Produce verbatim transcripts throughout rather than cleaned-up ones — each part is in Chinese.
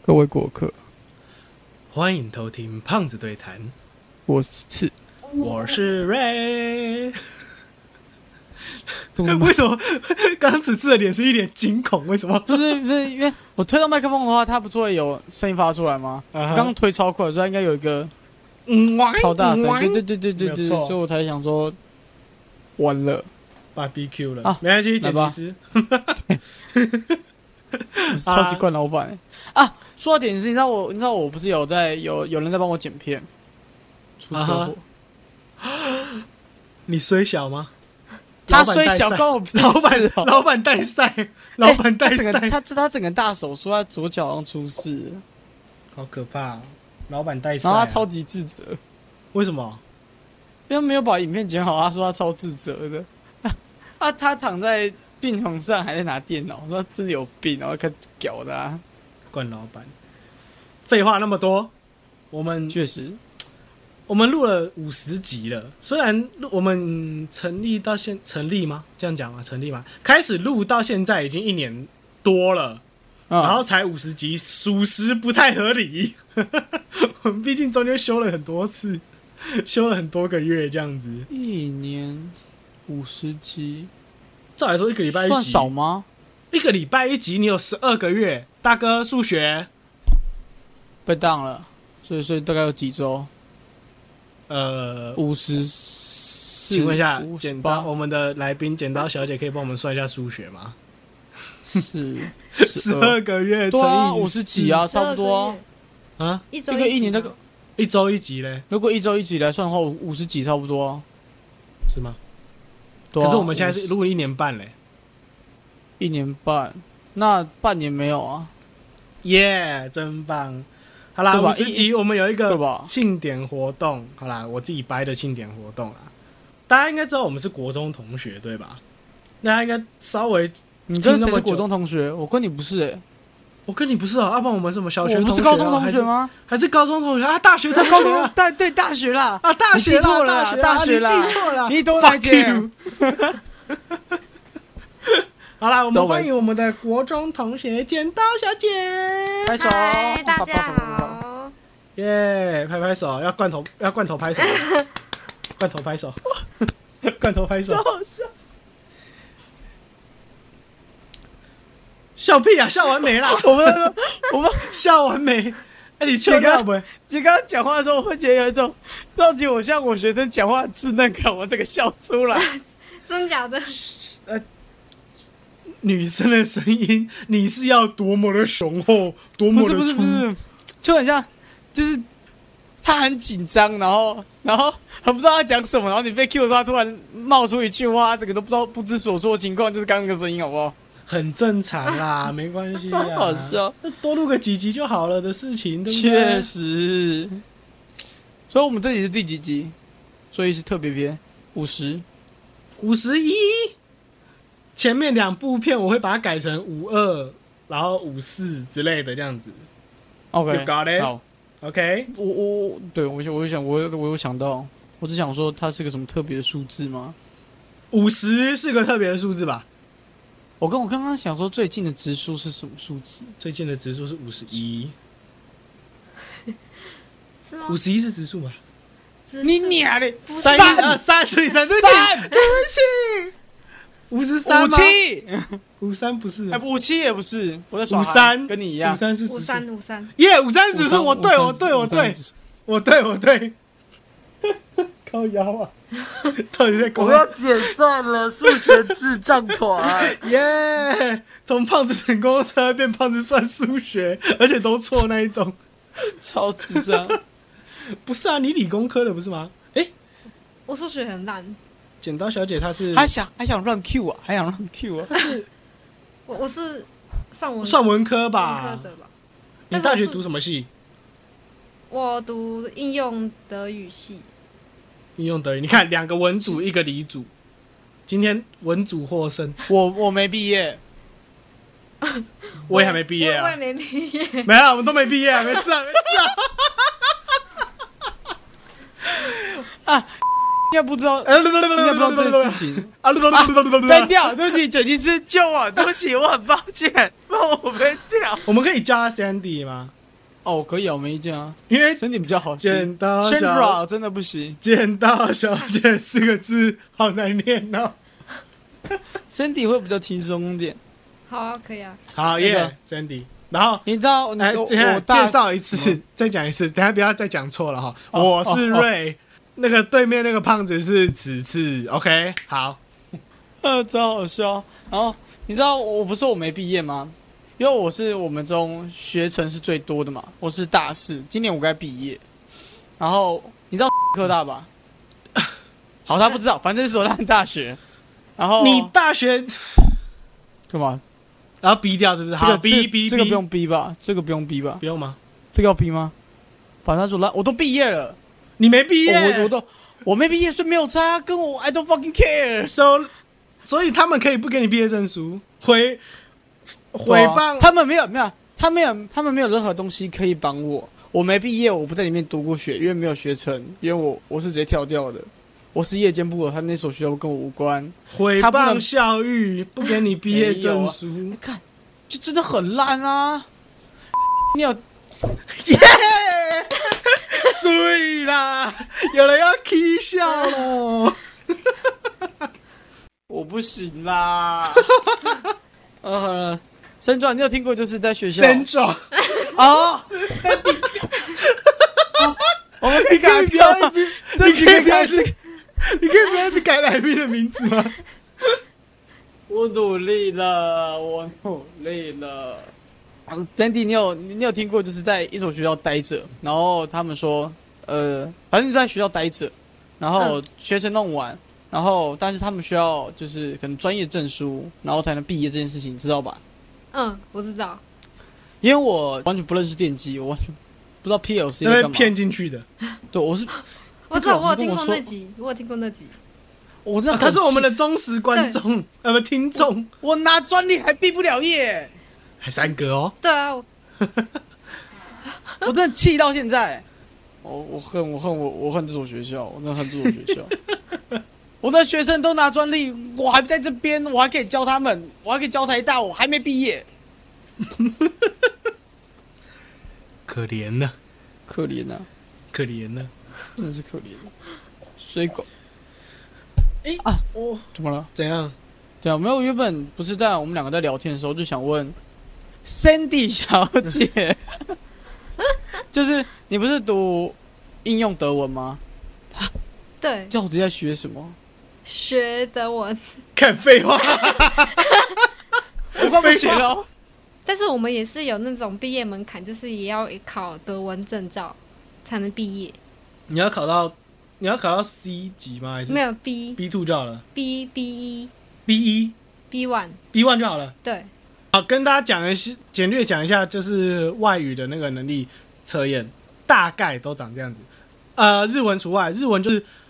各位过客， 欢迎偷听胖子对谈， 我是我是 Ray。 怎么为什么刚刚此次的脸是一脸惊恐？为什么？ 不是不是，因为我推到麦克风的话，它不是会有声音发出来吗？我、uh-huh. 刚推超快，所以它应该有一个嗯超大声，对对对对对对， 所以我才想说完了 ，barbecue 了啊， 没关系，剪辑师， 超级惯老板、欸、啊！说到剪辑师，你知道我，你知道我不是有在有有人在帮我剪片，出车祸， uh-huh. 你衰小吗？ 他虽小，关我屁事、 老板，老板带赛，老板带赛、 欸，他他他整个大手说他左脚好像出事了， 好可怕、哦！老板带赛、啊， 然后他超级自责， 为什么？ 因为没有把影片剪好，他说他超自责的。他他躺在病床上还在拿电脑，说他真的有病，然后开始屌的啊！ 惯老板，废话那么多，我们确实。 我们录了五十集了，虽然我们成立到现成立吗？这样讲吗？成立吗？开始录到现在已经一年多了，嗯、然后才五十集，属实不太合理。我们毕竟中间休了很多次，休了很多个月这样子。 一年五十集， 照来说一个礼拜一集算少吗？ 一个礼拜一集，你有十二个月，大哥数学被当了，所以所以大概有几周？ 呃， 五十， 请问一下，剪刀我们的来宾剪刀小姐可以帮我们算一下数学吗？ 是十二个月乘以五十几啊，差不多啊。啊， 一个一年那个一周一集嘞？ 如果一周一集来算的话，五十几差不多、啊， 是吗？ 对啊、 可是我们现在是如果一年半嘞， 一年半，那半年没有啊？ 耶、yeah, ，真棒！好啦，五十集我们有一个庆典活动，好啦，我自己掰的庆典活动啦。大家应该知道我们是国中同学对吧？大家应该稍微你跟谁是国中同学？我跟你不是哎、欸， 我跟你不是哦、喔，要不然我们什么小学同学、喔？ 我不是高中同学吗？ 还是, 还是高中同学啊？大学同学啊？ 对对，大学啦啊，大学啦， 你记错了啦，大学啦， 你记错了， 你多来接。 好啦，我们欢迎我们的国中同学剪刀小姐， 拍手！ 嗨，大家好！ 耶，拍拍手，要罐头，要罐头拍手，罐头拍手，罐头拍手， 好笑！ 笑屁啊！笑完没啦？ 我们我们笑完没？哎、欸，你确定不？ 你刚刚讲话的时候，我会觉得有一种超级我像我学生讲话稚嫩感，我这个笑出来， 真假的？ 呃。女生的声音，你是要多么的雄厚，多么的粗， 不是不是不是，就很像，就是他很紧张，然后然后很不知道他讲什么，然后你被 Q 的时候，他突然冒出一句话，他整个都不知道不知所措的情况，就是刚刚那个声音，好不好？ 很正常啦，没关系啦， 好笑， 多录个几集就好了的事情，对不对？ 确实，所以我们这里是第几集？所以是特别篇五十， 五十一。前面两部片我会把它改成五二，然后五四之类的这样子。 OK， you got it？ 好 ，OK。 我我对我我有想我我有想到，我只想说它是个什么特别的数字吗？ 五十是个特别的数字吧？ 我跟我刚刚想说最近的指数是什么数字？ 最近的指数是五十一。 是吗？ 五十一是指数吧？ 你娘的！ 三二三除以三，对不起，对不起。五十三五七， 五三不是， 哎，五七也不是，我在耍五三， 跟你一样， 五三是指数， 五三五三， 耶，五三是指数，我对我对我对，我对我对，靠腰啊，到底在搞？ 我要解散了，数学智障团， 耶，从胖子乘公车变胖子算数学，而且都错那一种， 超智障。 不是啊，你理工科的不是吗？哎、欸， 我数学很烂。 剪刀小姐她是还想还想乱 Q 啊，还想乱 Q 啊！ 我我是上文算文科吧， 文科的吧？ 你大学读什么系？ 我读应用德语系。 应用德语，你看两个文组一个理组，今天文组获胜。 我我没毕业， 我也还没毕业啊， 我也没毕业， 没有，我们都没毕业啊，没事啊，没事啊。啊应该不知道，应该不知道这件事情啊！被掉，对不起，剪辑师救我，对不起，我很抱歉，帮我被掉。 我们可以叫他 Sandy 吗？ 哦，可以啊，我没意见啊， 因为身体比较好记。 剪刀小 Sandra 真的不行， 剪刀小姐四个字好难念哦。 身体会比较轻松一点。 好啊，可以啊。 好耶 ，Sandy。然后你知道， 哎， 我等一下我大介绍一次，再讲一次，等一下不要再讲错了哈。 哦我是瑞，那个对面那个胖子是此次 ，OK， 好。 呃，真好笑。然后你知道我不是说我没毕业吗？因为我是我们中学程是最多的嘛，我是大四，今年我该毕业。然后你知道科大吧？好，他不知道，反正是我大学。然后你大学干嘛？ 然后逼掉是不是？ 这个好，逼逼逼， 这个不用逼吧？这个不用逼吧？ 不用吗？ 这个要逼吗？反正我我都毕业了， 你没毕业， 我我都我没毕业，所以没有差，跟我 I don't fucking care。 So， 所以他们可以不给你毕业证书，回回谤、 啊、他们没有没有，他没有他们没有任何东西可以帮我。我没毕业，我不在里面读过学，因为没有学成，因为我我是直接跳掉的。我是夜间部的，他那所学校跟我无关。 回谤校育，不给你毕业证书， 啊、看，就真的很烂啊！你有耶，碎啦，有人要 K 笑了， 我不行啦。呃，身壮，你有听过就是在学校身壮啊？我们可以改不要一直，你可以不要一直。你可以不要一直改来宾的名字吗？ 我努力了，我努力了。Sandy， 你有你有听过就是在一所学校待着，然后他们说，呃，反正就在学校待着，然后学程弄完，然后但是他们需要就是可能专业证书，然后才能毕业这件事情，你知道吧？ 嗯，我知道。 因为我完全不认识电机，我完全不知道 P L C 在干嘛， 骗进去的。 对，我是。 我知道，我有听过那集，我有听过那集。 我真的、 啊，他是我们的忠实观众，呃，不，听众。 我, 我拿专利还毕不了业， 还三个哦。 对啊，我, 我真的气到现在。我我恨我恨我我恨这所学校，我真的恨这所学校。我的学生都拿专利，我还在这边，我还可以教他们，我还可以教台大，我还没毕业。 可怜呢， 可怜啊， 可怜呢。 真的是可怜，水狗。 哎、欸、啊，我怎么了？ 怎样？ 对啊，没有，原本不是在我们两个在聊天的时候就想问 Sandy 小姐，就是你不是读应用德文吗？ 对。 叫我直接在学什么？ 学德文。 看废话， 我快不行了。 但是我们也是有那种毕业门槛，就是也要考德文证照才能毕业。 你要考到，你要考到 C 级吗？还是没有 B B two 就好了 ？B B 一 B 一 B one B one 就好了。 对， 好，跟大家讲一下，简略讲一下，就是外语的那个能力测验，大概都长这样子。呃，日文除外，日文就是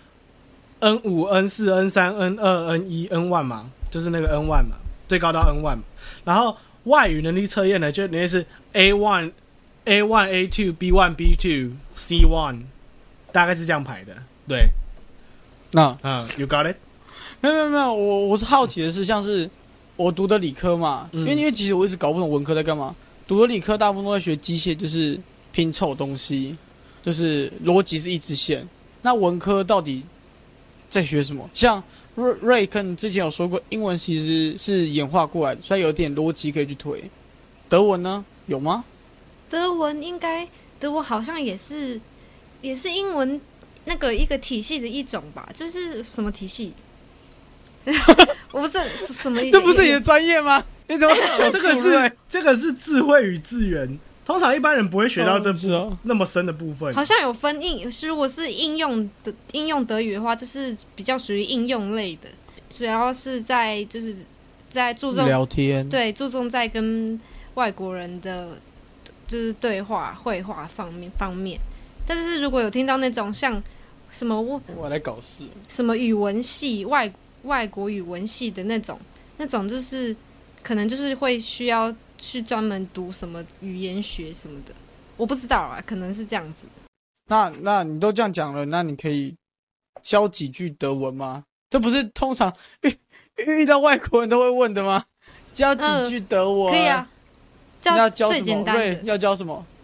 N 五、N 四、N 三、N 二、N 一、N one 嘛，就是那个 N one 嘛，最高到 N one 嘛。然后外语能力测验呢，就那是 A one、A one、A two、B one、B two、C one。大概是这样排的，对。 那嗯 ，You got it？ 没有没有没有，我我是好奇的是，像是我读的理科嘛，嗯、因为因为其实我一直搞不懂文科在干嘛。读的理科大部分都在学机械，就是拼凑东西，就是逻辑是一直线。那文科到底在学什么？像瑞瑞克之前有说过，英文其实是演化过来的，所以有点逻辑可以去推。德文呢，有吗？ 德文应该，德文好像也是。也是英文那个一个体系的一种吧，就是什么体系？我不知道什么。 这不是你的专业吗？你怎么讲？ 这个是这个是智慧与字源，通常一般人不会学到这部、 哦、 那么深的部分。 好像有分应，如果是应用的应用德语的话，就是比较属于应用类的，主要是在就是在注重聊天， 对，注重在跟外国人的就是对话、绘画方面方面。但是如果有听到那种像什么我来搞事， 什么语文系外外国语文系的那种，那种就是可能就是会需要去专门读什么语言学什么的，我不知道啊，可能是这样子。 那那你都这样讲了，那你可以教几句德文吗？这不是通常遇遇到外国人都会问的吗？教几句德文？ 呃、可以啊，教要教最简单的， 要教什么？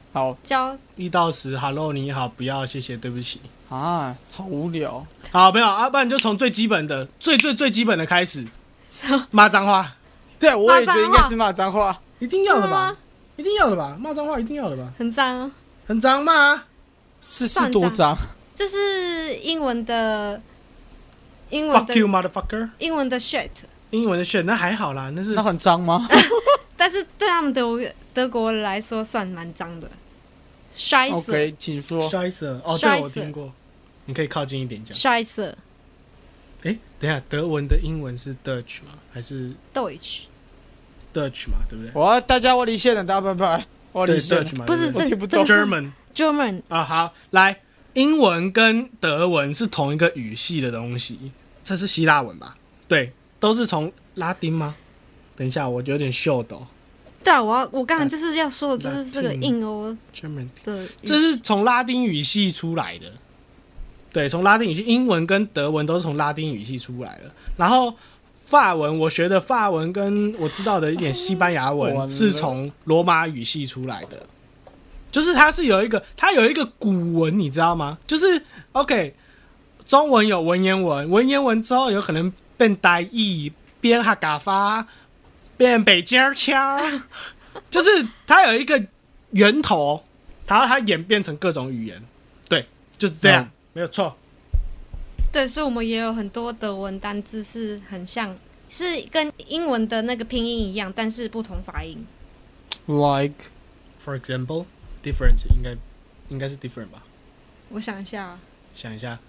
好， 教一到十 ，Hello， 你好，不要，谢谢，对不起。 啊，好无聊。 好，没有，啊，不然就从最基本的、最最最基本的开始，骂脏话。 对，我也觉得应该是骂脏话， 一定要的吧真的吗？ 一定要的吧？骂脏话一定要的吧？ 很脏啊， 很脏吗？ 是是算多脏？ 就是英文的英文 Fuck you, 的 motherfucker！ 英文的 shit， 英文的 shit 那还好啦，那是那很脏吗？ 但是对他们德国德国人来说算蛮脏的。衰死 OK， 请说。 衰色哦，这个我听过，你可以靠近一点讲。 衰死哎，等一下，德文的英文是 Dutch 吗？还是 Deutsch Dutch 嘛？对不对？ 我要大家我离线了，大家拜拜。我对离线了。 Dutch 嘛， 不是对我听不懂这个是 German German 啊。好，来，英文跟德文是同一个语系的东西，这是希腊文吧？对，都是从拉丁吗？等一下，我有点秀的、哦。 对啊，我要我刚才就是要说的就是这个印欧 German 的语， 这是从拉丁语系出来的，对，从拉丁语系，英文跟德文都是从拉丁语系出来的。然后法文，我学的法文跟我知道的一点西班牙文是从罗马语系出来的，就是它是有一个，它有一个古文，你知道吗？就是 OK， 中文有文言文，文言文之后有可能变台语，变客家话，变北京腔，就是它有一个源头，然后它演变成各种语言，对，就是这样，嗯、没有错。 对，所以我们也有很多德文单字是很像，是跟英文的那个拼音一样，但是不同发音。 Like, for example, different 应该应该是 different 吧？ 我想一下、啊， 想一下。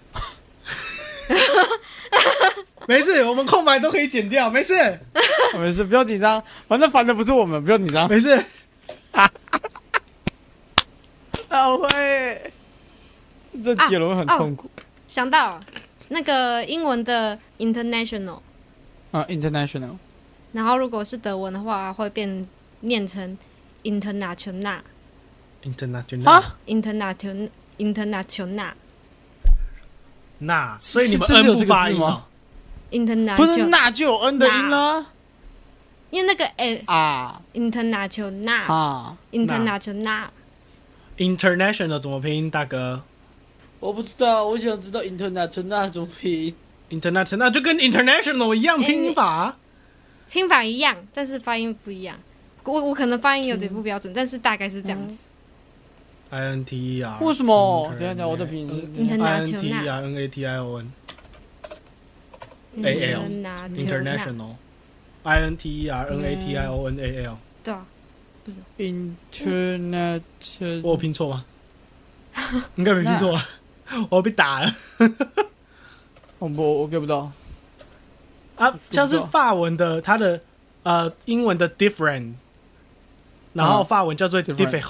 没事，我们空白都可以剪掉，没事， 没事，不要紧张，反正烦的不是我们，不要紧张， 没事。 好会，这杰伦很痛苦。 啊哦、想到了那个英文的 international 啊 ，international， 然后如果是德文的话，会变念成 international international 啊 international international。 那所以你们 n 不发音吗？ international 不是那就有 n 的音了， 因为那个 a 啊 international 啊 international international 怎么拼，大哥？ 我不知道，我想知道 international 怎么拼。 international 就跟 international 一样拼法、啊欸，拼法一样，但是发音不一样。我我可能发音有点不标准，嗯、但是大概是这样子。 I N T E R 为什么？等一下，我的拼音是 I N T E R N A T I O N A L International I N T E R N A T I O N A L 对啊 ，Internet 我有拼错吗？应该没拼错吧？我被打了。 我不，我 get 不到。 啊，像是法文的，它的呃英文的 different， 然后法文叫做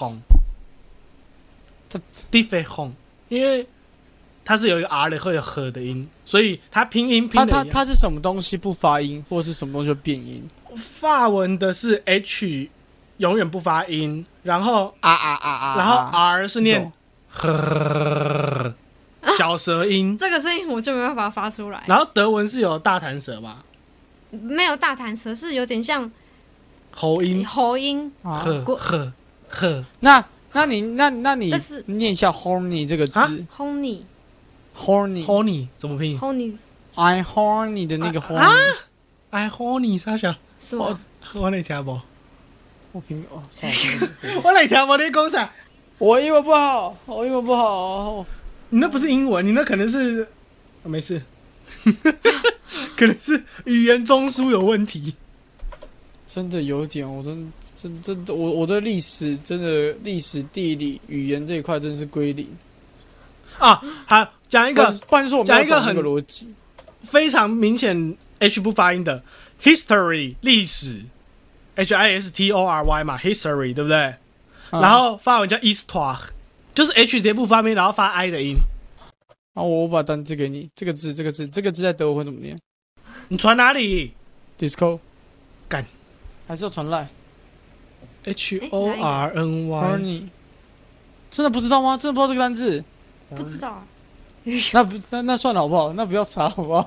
different，different， 因为它是有一个 r 的或者和的音，所以它拼音拼的它它它是什么东西不发音，或者是什么东西就变音？ 法文的是 h 永远不发音，然后啊啊啊啊， 然后 r 是念呵。小舌音、 啊，这个声音我就没办法发出来。 然后德文是有大弹舌嘛？ 没有大弹舌，是有点像喉音。 喉音， 呵呵呵。 那那你那那你念一下 horny 这个字。 horny，horny horny 怎么拼 ？horny，I horny 的那个 horny 啊 ，I horny 啥小？ 是吗？ 我哪听不？ 我拼哦，算了， 我哪听不？你讲啥？ 我英文不好，我英文不好。 你那不是英文，你那可能是，啊、没事，可能是语言中枢有问题。 真的有点，我真真真的，我我对历史真的历史、地理、语言这一块真是归零啊！好，讲一个， 不然就是我讲一个很逻辑非常明显 H 不发音的 history 历史 H I S T O R Y 嘛 history 对不对？嗯、然后法文叫 histoire。就是 H 直接不发音，然后发 I 的音。 好，我把单字给你。这个字，这个字，这个字在德文怎么念？ 你传哪里 ？Disco。 干， 还是要传来 ？H O R N Y。 真的不知道吗？真的不知道这个单字？ 不知道、啊。 那不那那算了好不好？那不要查好不好？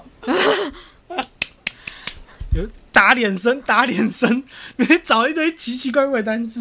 有打脸声，打脸声，你找一堆奇奇怪怪的单字。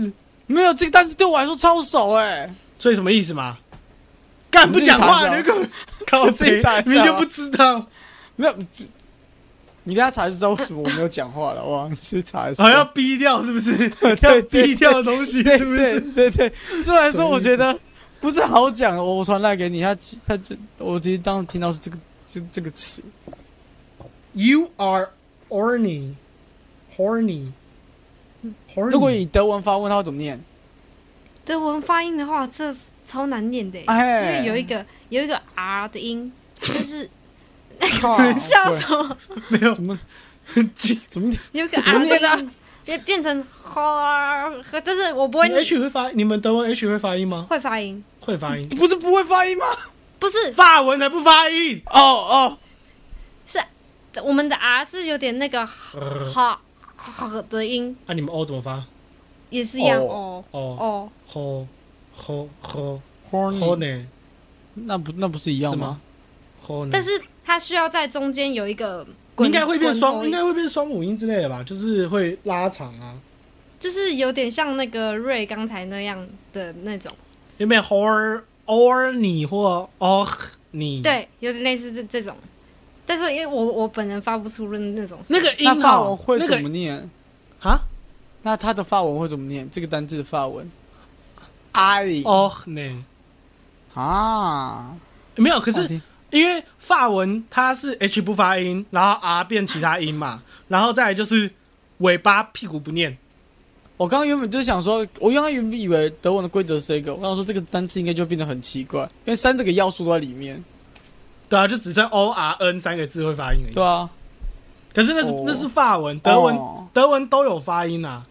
没有这个单词对我来说超熟哎、欸， 所以什么意思嘛？干不讲话那个靠北，你就不知道。 没有，你等下查就知道为什么我没有讲话了。哇，你是查一下， 好要逼掉是不是？要逼掉的东西是不是？ 对对对，虽然说我觉得不是好讲，我我传来给你，他他就我其实当时听到是这个这这个词。 You are horny, horny, horny。 如果以德文发问，它会怎么念？ 德文发音的话，这超难念的、欸， 哎、 因为有一个有一个 R 的音，就是靠笑什么？ 没有怎么怎么有一个怎么 R 念啊的音，也变成 H， 就是我不会。 你 H 会发，你们德文 H 会发音吗？ 会发音， 会发音， 不是不会发音吗？ 不是法文才不发音。 哦哦， 是我们的 R 是有点那个哈哈的音， 啊，你们 O 怎么发？ 也是一样哦哦哦哦， 吼吼吼 horny 吼呢？ 那不那不是一样吗？ 吼呢？ 但是它需要在中间有一个应该会变双， 滚应该会变双母音之类的吧？就是会拉长啊。 就是有点像那个瑞刚才那样的那种， 有没有 or or 你或 or 你？， 对，有点类似这这种。但是因为我我本人发不出那种那个音那法文好会怎那个么念啊？ 那它的法文会怎么念？这个单字的法文，阿里 or 呢？ 啊， 没有，可是好听因为法文它是 H 不发音，然后 R 变其他音嘛，然后再来就是尾巴屁股不念。 我刚刚原本就是想说，我原来原本以为德文的规则是这个，我想说这个单词应该就变得很奇怪，因为三这个要素都在里面。 对啊，就只剩 O R N 三个字会发音而已。 对啊， 可是那是、 哦那是法文，德文、 哦德文都有发音啊。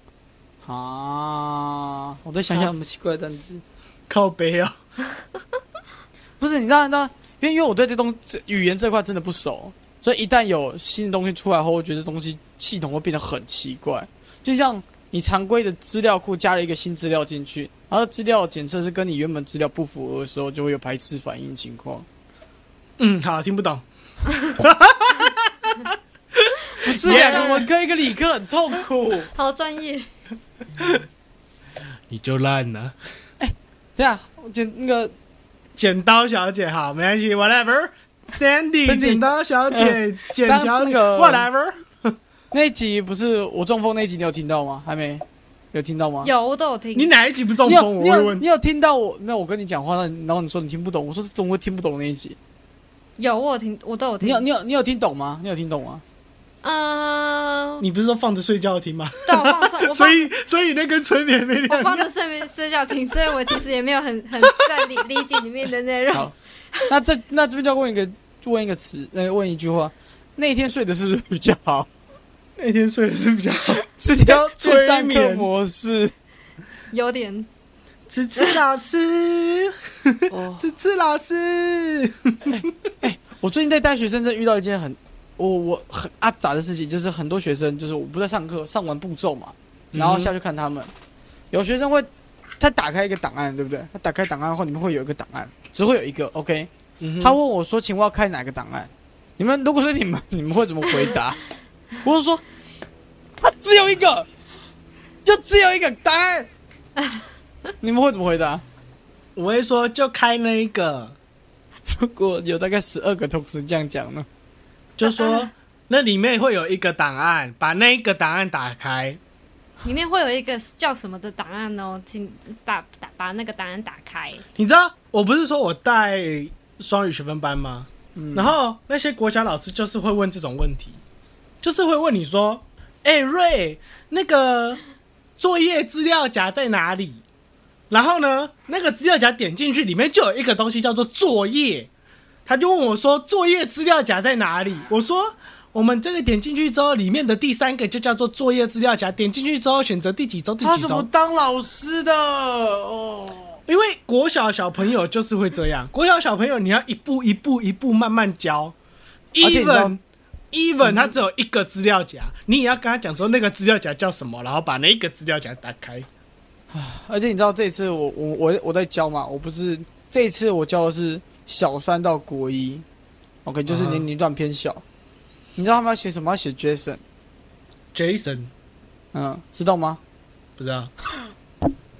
啊，我再想想有什么奇怪的单词。 靠背啊， 不是，你知道，你知道，因为因为我对这东这语言这块真的不熟，所以一旦有新的东西出来后，我觉得这东西系统会变得很奇怪。就像你常规的资料库加了一个新资料进去，然后资料检测是跟你原本资料不符合的时候，就会有排斥反应情况。 嗯，好，听不懂。 不是两个文科一个理科很痛苦。 好专业。 你就烂了。 对啊，我剪那个剪刀小姐，好，没关系 ，whatever。Sandy， Sandy 剪刀小姐，剪当小姐那个 ，whatever。 那一集不是我中风那一集，你有听到吗？还没有听到吗？ 有，我都有听。 你哪一集不中你有风？我你有会问。 你有听到我？没有，我跟你讲话，那然后你说你听不懂，我说是怎么会听不懂那一集？ 有，我有听，我都有听。 你有你有你有听懂吗？你有听懂吗？ 嗯， 你不是说放着睡觉听吗？ 对，我放着，我放所以所以那跟催眠没我两样。 放着睡眠睡觉听，所以我其实也没有很很在理理解里面的内容。 好，那这那这边就要问一个，就问一个词，呃，问一句话：那一天睡的是不是比较好？ 那天睡的是比较好， 是比较催上课眠模式。 有点， 子子老师， 哦， 子子老师， 我最近在带学生，真的遇到一件很我我很阿杂的事情，就是很多学生就是我不在上课，上完步骤嘛，然后下去看他们，有学生会他打开一个档案，对不对？他打开档案后，里面会有一个档案，只会有一个 OK。 嗯他问我说：“请问要开哪个档案？”你们如果是你们，你们会怎么回答？我就说，他只有一个，就只有一个答案。你们会怎么回答？ 我会说就开那一个， 如果有大概十二个同时这样讲呢？ 就说那里面会有一个档案，把那一个档案打开。 里面会有一个叫什么的档案哦，请把把把那个档案打开。 你知道我不是说我带双语学分班吗？ 嗯然后那些国小老师就是会问这种问题，就是会问你说：“哎、瑞，那个作业资料夹在哪里？”然后呢，那个资料夹点进去，里面就有一个东西叫做作业。他就问我说：“作业资料夹在哪里？”我说：“我们这个点进去之后，里面的第三个就叫做作业资料夹。点进去之后，选择第几周、第他怎么几周。 当老师的？哦， 因为国小小朋友就是会这样，国小小朋友你要一步一步一步慢慢教。 而且你知道 even even 他只有一个资料夹，你也要跟他讲说那个资料夹叫什么，然后把那一个资料夹打开。 而且你知道这一次我我我我在教嘛，我不是这一次我教的是小三到国一 ，OK， 就是年龄段偏小。你知道他们要写什么？要写 Jason， Jason 嗯，知道吗？ 不知道，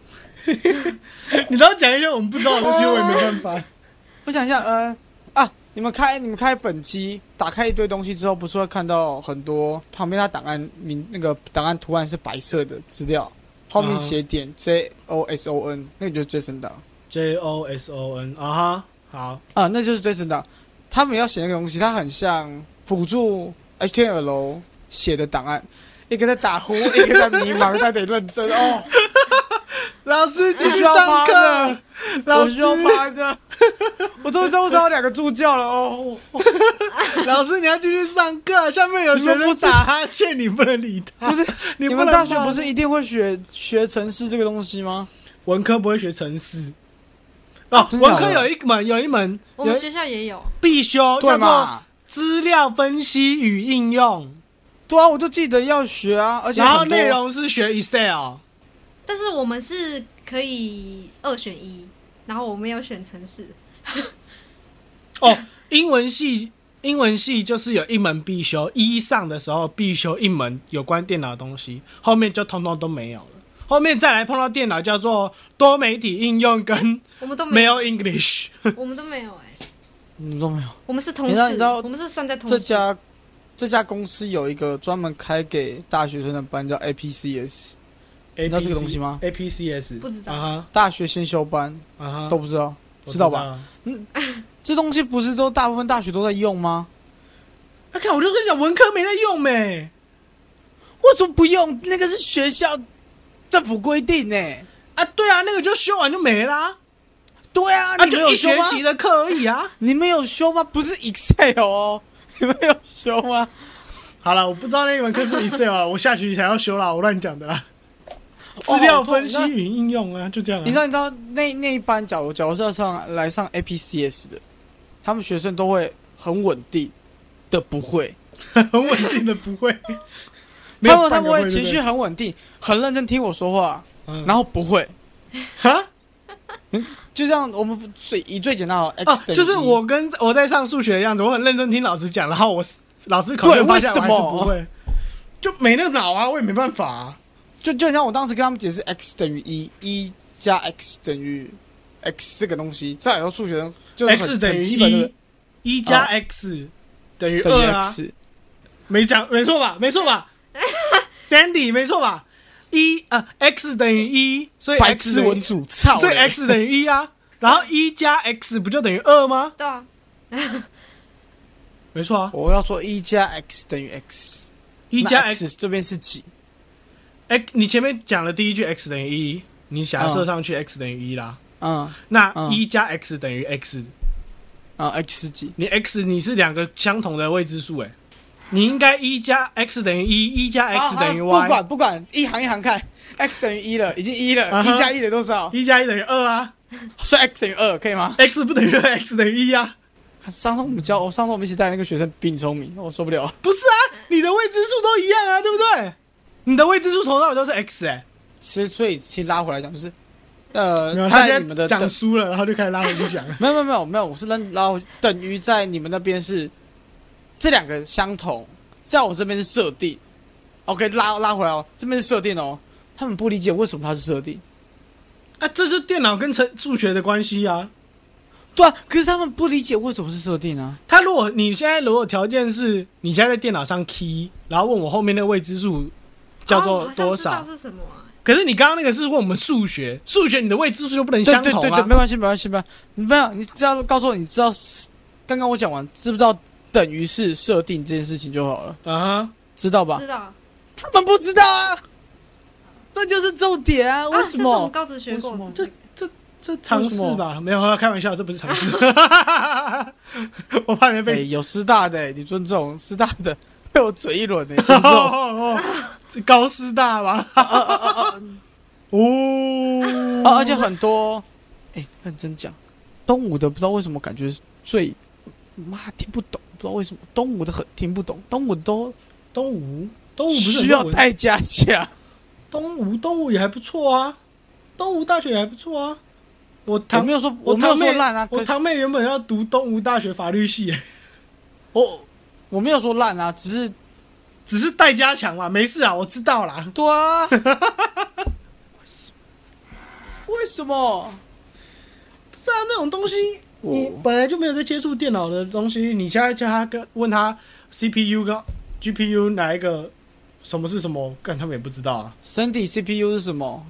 你都要讲一些我们不知道的东西，我也没办法。 我想一下，呃啊，你们开你们开本机，打开一堆东西之后，不是会看到很多旁边它档案名那个档案图案是白色的资料，后面写点 J O S O N， 那个就是 JSON 档。 J O S O N 啊哈，好啊，那就是 JSON 档。他们要写那个东西，它很像辅助 H T M L 写的档案，一个在打呼，一个在迷茫，他得认真哦。 老师继续上课，老师我趴着，我终于知道为什么有两个助教了哦。 老师你要继续上课，下面有学生打哈欠，你不能理他。 不是， 你你们大学不是一定会学学程式这个东西吗？ 文科不会学程式。哦，文科有一门有一门， 我们学校也有必修，叫做资料分析与应用。 对啊，我就记得要学啊，而且然后内容是学 Excel。 但是我们是可以二选一，然后我没有选程式。 哦，英文系，英文系就是有一门必修，一上的时候必修一门有关电脑的东西，后面就通通都没有了。后面再来碰到电脑叫做多媒体应用跟我们都没有 English， 我们都没有哎、欸， 你们都没有。 我们是同事，我们是算在同事。 这家这家公司有一个专门开给大学生的班，叫 A P C S。你知道这个东西吗 ？A P C S 不知道啊， 大学先修班啊都不知道，知道吧？嗯，这东西不是都大部分大学都在用吗？ 啊，看我就跟你讲，文科没在用没， 为什么不用？那个是学校政府规定呢、欸。 啊，对啊，那个就修完就没啦。 对啊， 啊， 你们有就一修吗？ 学期的课而已啊。 你们有修吗？不是 Excel 哦，你们有修吗？ 好了，我不知道那一门课是 Excel 啊，我下学期才要修啦，我乱讲的啦。资料分析与应用啊，就这样、啊。 你知道，你知道那那一班，假如假如是要上来上 A P C S 的，他们学生都会很稳定的，不会很稳定的不会。 他们他们会情绪很稳定，很认真听我说话，嗯、然后不会。 哈， 就像我们最以最简单的 X 等于、 啊、就是我跟我在上数学的样子，我很认真听老师讲，然后我老师考卷发下来我还是不会，就没那个脑啊，我也没办法啊。 就就像我当时跟他们解释 x 等于一，一加 x 等于 x 这个东西，在很多数学中就是很 x 等于基本的， 一加 x 等于二啊，没讲没错吧？没错吧？Sandy 没错吧？一啊 x 等于一，所以白痴文组，操， 所以 x 等于一啊，然后一加 x 不就等于二吗？ 对啊， 没错啊。 我要说一加 x 等于 x， 一加 x 这边是几？ 哎，你前面讲了第一句 x 等于一，你假设上去 x 等于一啦。 嗯， 那一加 x 等于 x， 啊 x 是几？ 你 x 你是两个相同的未知数哎，你应该一加 x 等于一，一加 x 等于 y。 不管不管，一行一行看 ，x 等于一了，已经一了，一加一等于多少？ 一加一等于二啊， 所以 x 等于二可以吗 ？x 不等于二 ，x 等于一啊。 上次我们教，我上次我们一起带那个学生比你聪明，我受不了。 不是啊，你的未知数都一样啊，对不对？你的未知数从头到尾都是 x 哎、欸， 其实所以其实拉回来讲就是，呃， 没有，他现在讲输了，然后就开始拉回去讲了。 没有没有没有没有，我是拉回等于在你们那边是这两个相同，在我这边是设定。OK， 拉拉回来哦，这边是设定哦，他们不理解为什么它是设定。 啊，这就是电脑跟程数学的关系啊。 对啊，可是他们不理解为什么是设定啊。 他如果你现在如果条件是你现在在电脑上 key， 然后问我后面那个未知数。叫做多少？ 哦、是什么啊？ 可是你刚刚那个是问我们数学，数学你的未知数就不能相同啊。 对对对对，没关系没关系没关系。你没有，你只要告诉我，你知道刚刚我讲完，知不知道等于是设定这件事情就好了啊？ uh-huh. 知道吧？ 知道。 他们不知道啊，这就是重点啊！为什么？啊、 我们高职学过， 这这这常识吧？没有，开玩笑，这不是常识。我怕你被、 欸、有师大的、欸，你尊重师大的。被我嘴一轮的，尊重。哦， 这高师大吧？哦， 啊，而且很多，哎、欸，认真讲，东吴的不知道为什么感觉最，妈听不懂，不知道为什么东吴的很听不懂，东吴都东吴东吴不是需要带加价， 东吴东吴也还不错啊，东吴大学也还不错啊。我堂我没有说我没有说烂啊， 我堂妹原本要读东吴大学法律系、欸， 我。我没有说烂啊，只是只是待加强嘛，没事啊，我知道啦。 对啊，为为什么？ 不是啊，那种东西你本来就没有在接触电脑的东西，你现在叫他跟问他 C P U 跟 G P U 哪一个什么是什么，干他们也不知道啊。 身体 C P U 是什么？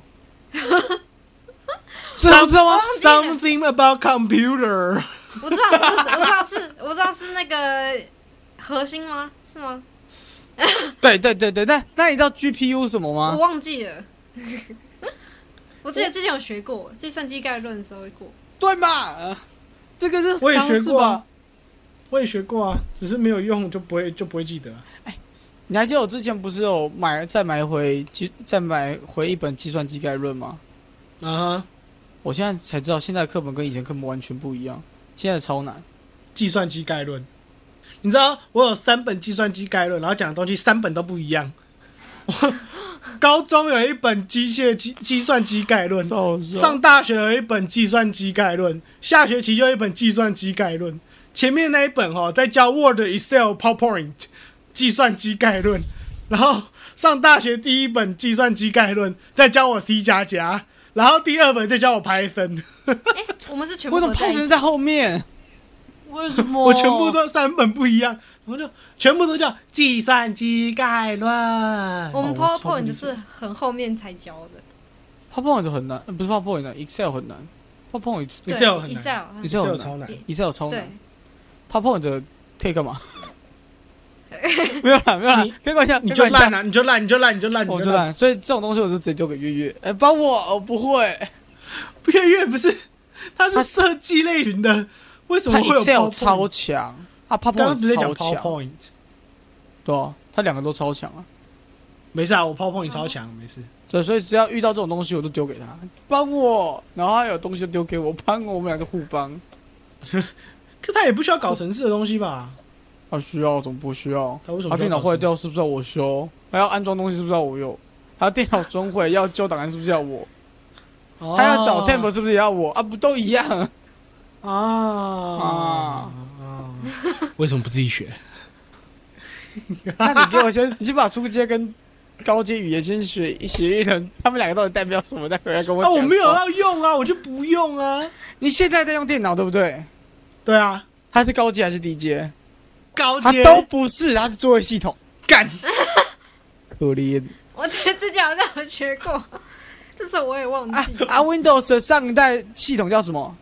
知道吗 ？Something about computer。 我知道，我知我知道是，我知道是那个核心吗？是吗？ 对对对对，那那你知道 G P U 是什么吗？ 我忘记了。我记得之前有学过计算机概论的时候会过。 对嘛？这个是我也学过啊， 我也学过啊，只是没有用就不会就不会记得、啊。 哎，你还记得我之前不是有买再买回再买回一本计算机概论吗？ 啊、uh-huh. 我现在才知道，现在的课本跟以前课本完全不一样，现在超难。 计算机概论，你知道我有三本计算机概论，然后讲的东西三本都不一样。我高中有一本机械计计算机概论，上大学有一本计算机概论，下学期又一本计算机概论。前面那一本哈在教 Word、Excel、PowerPoint 计算机概论，然后上大学第一本计算机概论在教我 C 加加。然后第二本再教我 Python。 哎、欸，我们是全部为什么 Python 在后面？为什么？ 我全部都三本不一样，我就全部都叫计算机概论。 我们 PowerPoint 是很后面才教的。 PowerPoint 很难，不是 PowerPoint，Excel 很难。PowerPoint Excel 很难 ，Excel 超难 ，Excel 超难。 对 ，PowerPoint 可以干嘛？没有啦，没有啦，开玩笑， 你就烂啊，你就烂，你就烂，你就烂， 我就烂。所以这种东西我就直接丢给月月。哎、欸，帮我，我不会。 月月不是，他是设计类群的，为什么会有 Excel 超强？啊 ，PowerPoint 超强。对啊，他两个都超强啊。 没事啊，我 PowerPoint 超强，没事。 对，所以只要遇到这种东西，我都丢给他，帮我。然后他有东西就丢给我，帮我，我们两个互帮。 可他也不需要搞程式的东西吧？ 他需要，怎么不需要？ 他为什么？ 他电脑坏掉是不是要我修？还要安装东西是不是要我用？他电脑损毁要旧档案是不是要我？ 哦、 他要找 temp 是不是也要我？啊，不都一样？ 啊啊啊！为什么不自己学？ 那你给我先，你先把初阶跟高阶语言先学学一轮，他们两个到底代表什么？再回来跟我讲。 啊，我没有要用啊，我就不用啊。 你现在在用电脑对不对？ 对啊。 它是高阶还是低阶？ 高阶。 它都不是，它是作业系统。 干。 可怜。 我之前好像有学过，但是我也忘记了。 啊, 啊 ，Windows 的上一代系统叫什么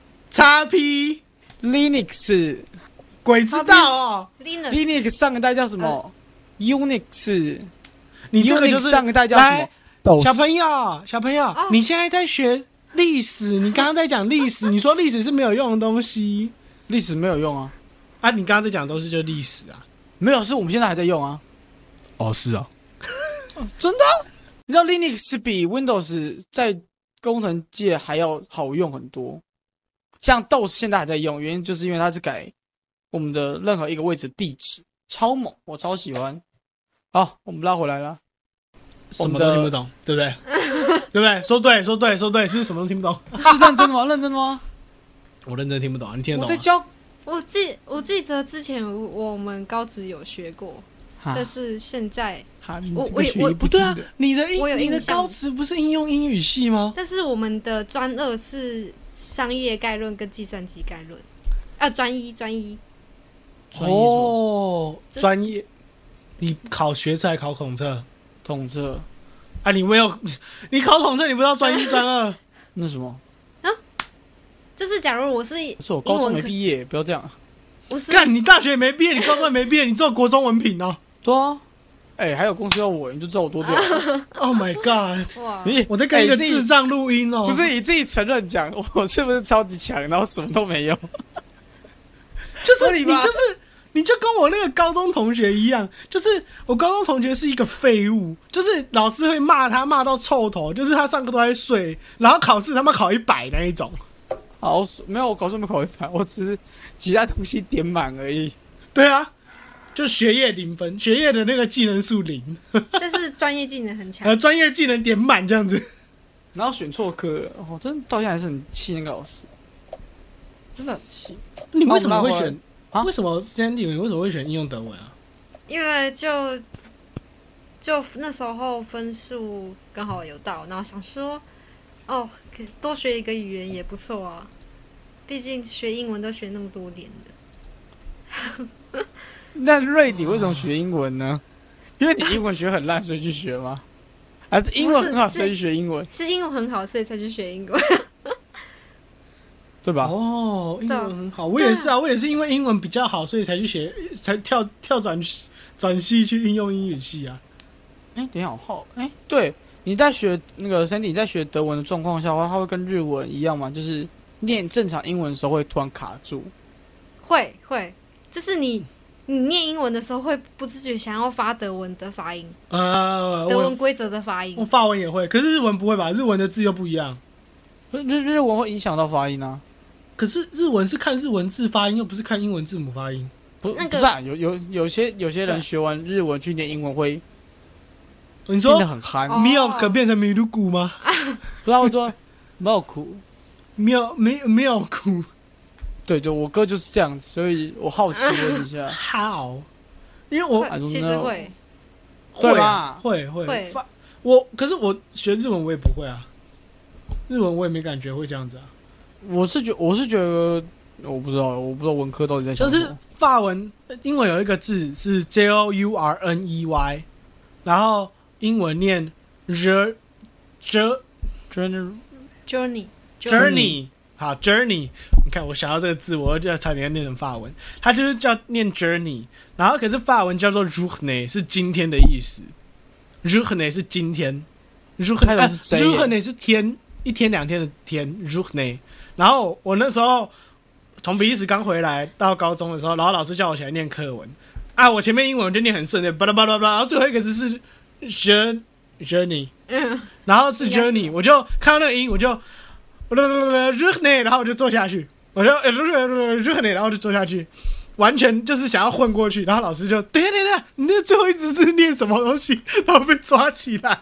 ？X P Linux。 鬼知道哦。 Linux, Linux 上一代叫什么、呃、？Unix。 你这个就是上一代叫什么？ 小朋友，小朋友，哦、你现在在学历史，你刚刚在讲历史，你说历史是没有用的东西， 历史没有用啊？ 啊，你刚刚在讲的都是就是历史啊？ 没有，是我们现在还在用啊。 哦，是哦， 真的？你知道 Linux 比 Windows 在工程界还要好用很多。像 D O S 现在还在用，原因就是因为它是改我们的任何一个位置地址，超猛，我超喜欢。好，我们拉回来了。 什么都听不懂，对不对？对不对？说对，说对，说对，是什么都听不懂？ 是认真的吗？认真的吗？ 我认真听不懂，你听得懂吗？ 我在教。 我记我记得之前我们高职有学过，但是现在我我我不对啊，你的我有你的高职不是应用英语系吗？ 但是我们的专二是商业概论跟计算机概论，啊，专一专一。 哦，专业，你考学测还考统测？ 统测啊，你没有，你考统测，你不知道专一专二那什么？ 啊，就是假如我是， 是我高中没毕业，不要这样。 我是干，你大学也没毕业，你高中也没毕业，你只有国中文凭哦。 对啊，哎、欸，还有公司要我，你就知道我多屌。 Oh my god！ 哇， 我在跟一个智障录音哦。 不是你自己承认讲，我是不是超级强，然后什么都没有？ 就是你就是你就跟我那个高中同学一样，就是我高中同学是一个废物，就是老师会骂他骂到臭头，就是他上课都在睡，然后考试他妈考一百那一种。 好，没有，我考试没考一百，我只是其他东西点满而已。 对啊，就学业零分，学业的那个技能数零， 但是专业技能很强。 呃，专业技能点满这样子。 然后选错科了，哦，真的到现在还是很气那个老师，真的很气。 你为什么会选？ 啊、 为什么 Sandy 你为什么会选应用德文啊？ 因为就就那时候分数刚好有到，然后想说哦，多学一个语言也不错啊，毕竟学英文都学那么多年的。 那瑞迪为什么学英文呢？因为你英文学很烂，所以去学吗？还是英文很好，所以去学英文？ 是英文很好，所以才去学英文， 对吧？ 哦，英文很好，我也是啊，我也是因为英文比较好，所以才去学，才跳跳转转系去应用英语系啊。 哎、欸，等一下，我好，哎、欸，对，你在学那个 Sandy， 你在学德文的状况下的话，它会跟日文一样吗？就是念正常英文的时候会突然卡住？ 会会，就是你你念英文的时候会不自觉想要发德文的发音， 呃， 德文规则的发音。 我法文也会，可是日文不会吧？日文的字又不一样。 日日文会影响到发音啊？ 可是日文是看日文字发音，又不是看英文字母发音。 不， 那个不是啊，有有有些有些人学完日文去念英文会。 你说变得很憨 milk 变成米露谷吗？ 不然我说 milk milk milk， 对对，我哥就是这样子，所以我好奇问一下 how？ 因为我其实会会吧， 会会会发我，可是我学日文我也不会啊，日文我也没感觉会这样子啊。 我是觉我是觉得我不知道，我不知道文科到底在想什么。 就是法文英文有一个字是 J O U R N E Y， 然后英文念 journey journey journey 好 journey， 你看我想到这个字，我就差点念成法文，它就是叫念 journey， 然后可是法文叫做 journée， 是今天的意思 ，journée 是今天 ，journée 是天一天两天的天 journée。然后我那时候从比利时刚回来到高中的时候，然后老师叫我起来念课文啊，我前面英文就念很顺的，巴拉巴拉巴拉，然后最后一个字是 journey， 嗯， 然后是 journey， 我就看到那个音，我就 journey， 然后我就坐下去，我就 journey， 然后就坐下去，完全就是想要混过去，然后老师就等一下等一下，你那最后一直是念什么东西？然后被抓起来，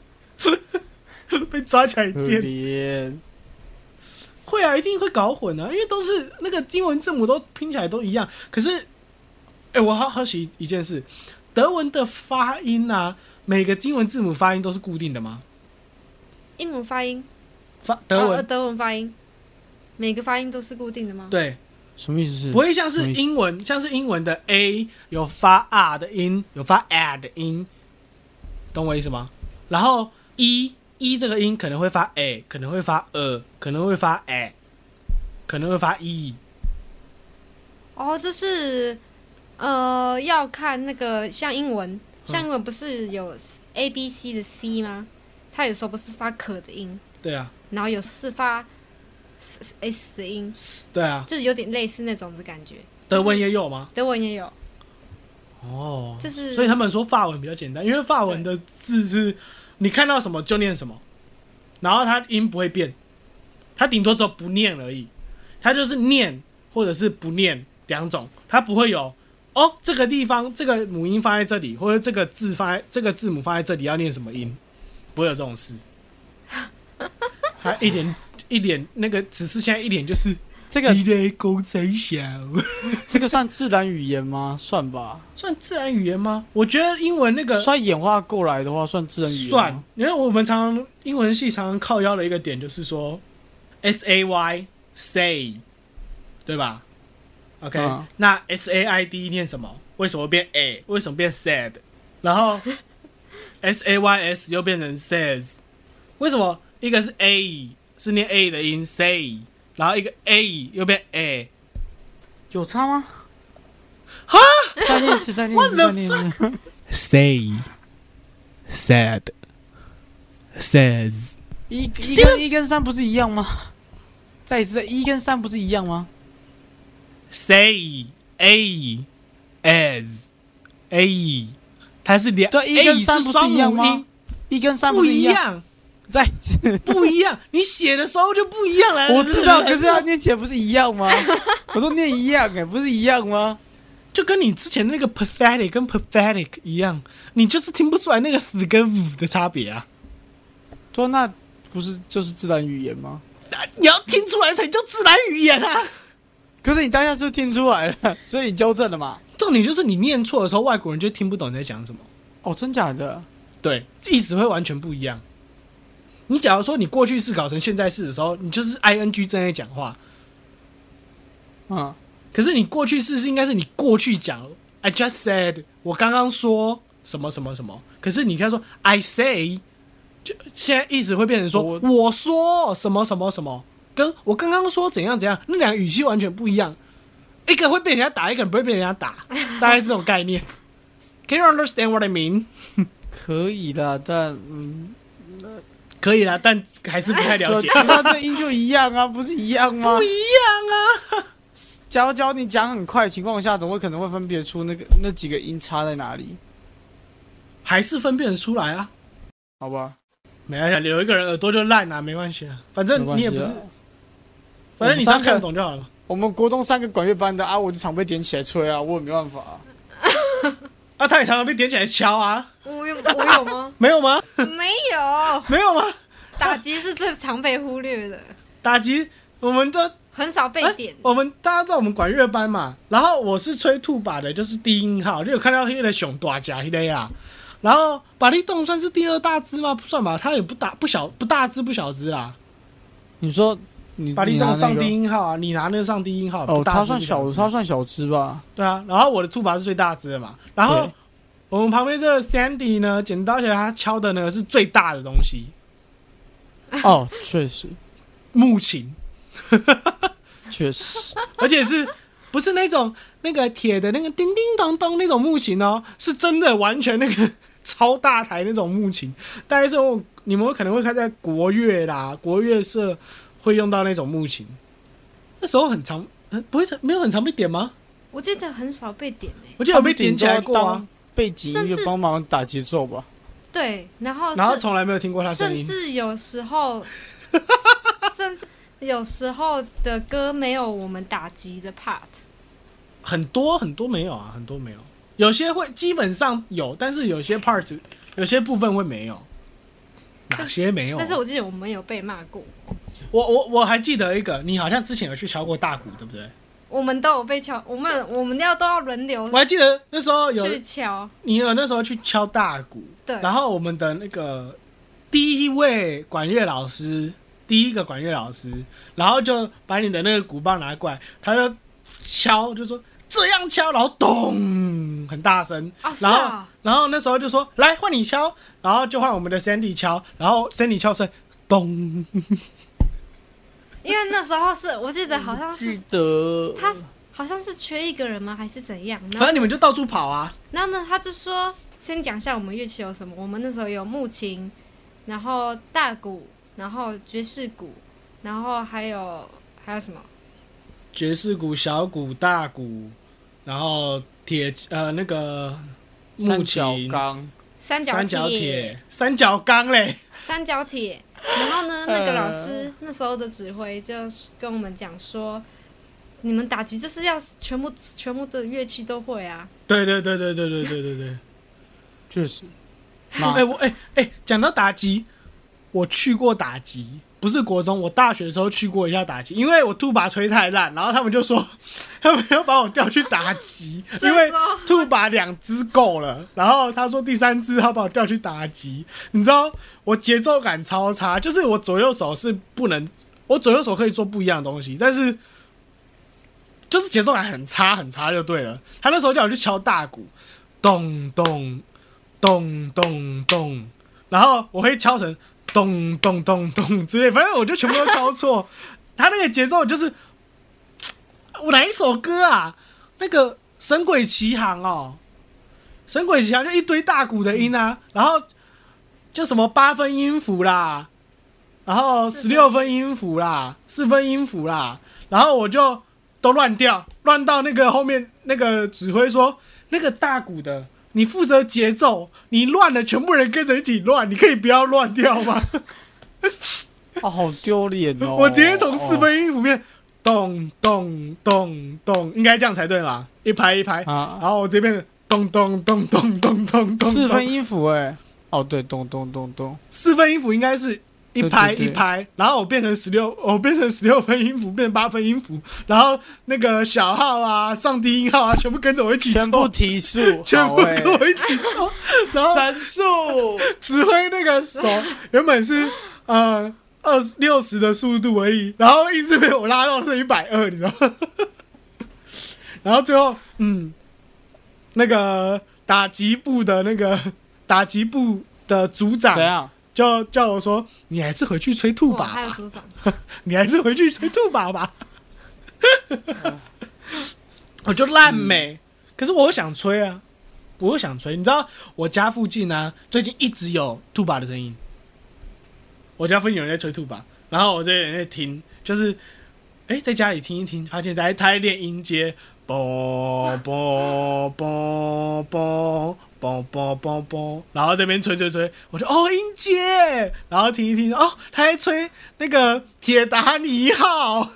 被抓起来电。会啊，一定会搞混啊，因为都是那个英文字母都拼起来都一样。可是，哎、欸，我好好奇一件事，德文的发音啊，每个英文字母发音都是固定的吗？ 英文发音， 发德文、 啊、德文发音，每个发音都是固定的吗？ 对， 什么意思是？ 不会像是英文，像是英文的 A 有发 R 的音，有发 A 的音，懂我意思吗？然后 E。一这个音可能会发 a， 可能会发 呃，可能会发 a， 可能会发 e。 哦，就是呃，要看那个像英文，像英文不是有 A B C 的 C 吗？它有时候不是发可的音， 对啊， 然后有是发 S 的音， 对啊， 就是有点类似那种的感觉。 德文也有吗？ 德文也有。 哦， 就是所以他们说法文比较简单，因为法文的字是。你看到什么就念什么，然后它音不会变，它顶多只有不念而已，它就是念或者是不念两种，它不会有哦这个地方这个母音放在这里，或者这个字放在这个字母放在这里要念什么音，不会有这种事。它一点一点那个只是现在一点就是这个你的公三小， 这个算自然语言吗？算吧， 算自然语言吗？我觉得英文那个算演化过来的话，算自然语言吗？ 算，因为我们常常英文系常常靠腰的一个点就是说 ，S A Y say， 对吧 ？OK，、嗯、那 S A I D 念什么？为什么变 A？ 为什么变 said？ 然后 S A Y S 又变成 says， 为什么一个是 A 是念 A 的音 say？然后一个 A 又变 A， 有差吗？ 哈！ 再念一次，再念一次，再念一次。 Say, said, says。 一一跟一跟三不是一样吗？再一次，一跟三不是一样吗 ？Say, A, as, A， 它是两对，一跟三不是一样吗？一跟三不是一样。再一次不一样，你写的时候就不一样了。 我知道，可是它念起来不是一样吗？我都念一样哎、欸，不是一样吗？ 就跟你之前那个 pathetic 跟 pathetic 一样，你就是听不出来那个 th 跟 v 的差别啊。 对，那不是就是自然语言吗？ 你要听出来才叫自然语言啊。 可是你当下是不是听出来了，所以你纠正了嘛？ 重点就是你念错的时候，外国人就听不懂你在讲什么。 哦，真假的？ 对，意思会完全不一样。 你假如说你过去式搞成现在式的时候，你就是 ing 正在讲话。 嗯， 可是你过去式是应该是你过去讲 I just said 我刚刚说什么什么什么，可是你看说 I say 就现在意思会变成说 我, 我说什么什么什么，跟我刚刚说怎样怎样，那两个语气完全不一样，一个会被人家打，一个人不会被人家打，大概是这种概念。Can you understand what I mean？ 可以啦，但嗯， 可以啦，但还是不太了解。 那这音就一样啊，不是一样吗？ 不一样啊。 假如假如你讲很快的情况下，总会可能会分别出那个那几个音差在哪里， 还是分辨得出来啊？ 好吧， 没关系，有一个人耳朵就烂啊，没关系啊，反正你也不是，反正你只要看得懂就好了嘛。 我们国中三个管乐班的啊，我就常被点起来吹啊，我也没办法、啊。 啊，他也常常被点起来敲啊。 我有我有吗？ 没有吗？ 没有， 没有吗？ 打击是最常被忽略的。 打击，我们这很少被点、欸。 我们大家知道我们管乐班嘛，然后我是吹兔把的，就是低音号。你有看到那个熊大家那个啊？然后巴力洞算是第二大支吗？不算吧，它也不大不小不大支不小支啦。 你说你巴力洞上低音号啊？你拿那个上低音号？ 哦，它算小，它算小支吧？ 对啊，然后我的兔把是最大支的嘛。然后我们旁边这个 Sandy 呢，剪刀起来他敲的呢是最大的东西。 哦，确实， 木琴， 确实， 而且是不是那种那个铁的那个叮叮咚咚那种木琴哦？是真的完全那个超大台那种木琴，大概是你们可能会看在国乐啦、国乐社会用到那种木琴。那时候很常，不会没有很常被点吗？ 我记得很少被点诶、欸， 我记得有被点起来过啊， 背景音乐帮忙打节奏吧。 对，然后然后从来没有听过他声音， 甚至有时候，甚至有时候的歌没有我们打击的 part， 很多很多没有啊，很多没有，有些会基本上有，但是有些 parts 有些部分会没有，哪些没有、啊？ 但是我记得我们有被骂过。 我我我还记得一个，你好像之前有去敲过大鼓，对不对？ 我们都有被敲，我们我们要都要轮流。 我还记得那时候有去敲， 你有那时候去敲大鼓， 对。 然后我们的那个第一位管乐老师，第一个管乐老师，然后就把你的那个鼓棒拿过来，他就敲，就说这样敲，然后咚，很大声， 哦、 然后、 啊、 然后那时候就说来换你敲，然后就换我们的 Sandy 敲，然后 Sandy 敲声咚。 因为那时候是我记得好像是记得他好像是缺一个人吗还是怎样？ 反正你们就到处跑啊。 然后呢，他就说先讲一下我们乐器有什么。我们那时候有木琴，然后大鼓，然后爵士鼓，然后还有还有什么？ 爵士鼓、小鼓、大鼓，然后铁呃那个木琴、 三角三角铁、三角钢嘞。 三角铁，然后呢，那个老师那时候的指挥就跟我们讲说，你们打击就是要全部全部的乐器都会啊。 对对对对对对对对对， 确实。 哎、欸、我哎哎，讲、欸、到打击，我去过打击，不是国中，我大学的时候去过一下打击，因为我兔把吹太烂，然后他们就说他们要把我调去打击，因为兔把两只够了，然后他说第三只他把我调去打击，你知道我节奏感超差，就是我左右手是不能，我左右手可以做不一样的东西，但是就是节奏感很差很差就对了。他那时候叫我去敲大鼓，咚咚咚咚咚，然后我会敲成咚咚咚咚之类，反正我就全部都敲错。他那个节奏就是我哪一首歌啊？那个《神鬼奇航》哦，《神鬼奇航》就一堆大鼓的音啊，然后就什么八分音符啦，然后十六分音符啦，四分音符啦，然后我就都乱掉，乱到那个后面那个指挥说，那个大鼓的你负责节奏，你乱了，全部人跟着一起乱，你可以不要乱掉吗？ 啊，好丢脸哦！ 我直接从四分音符变咚咚咚咚，应该这样才对嘛？一拍一拍，啊、然后我这边咚咚咚咚咚咚咚， 四分音符哎、欸，哦对，咚咚咚咚， 四分音符应该是一拍对对对一拍，然后我变成十六，我变成十六分音符，变成八分音符，然后那个小号啊、上低音号啊，全部跟着我一起全部凑， 提速， 全部好欸跟我一起凑，然后陈述， 指挥那个手原本是呃二六十的速度而已，然后一直被我拉到是一百二，你知道吗？然后最后嗯，那个打击部的那个打击部的组长怎样？ 就叫我说，你还是回去吹兔哇， 把还有吧， 组长， 你还是回去吹兔把吧。我就烂美，可是我又想吹啊，我又想吹。你知道我家附近啊，最近一直有兔把的声音。我家附近有人在吹兔把，然后我就有人在听，就是哎、欸，在家里听一听，发现在他在练音阶，啵啵啵啵啵啵啵啵，然后这边吹吹吹，我就哦音阶，然后听一听，哦他在吹那个铁达尼号。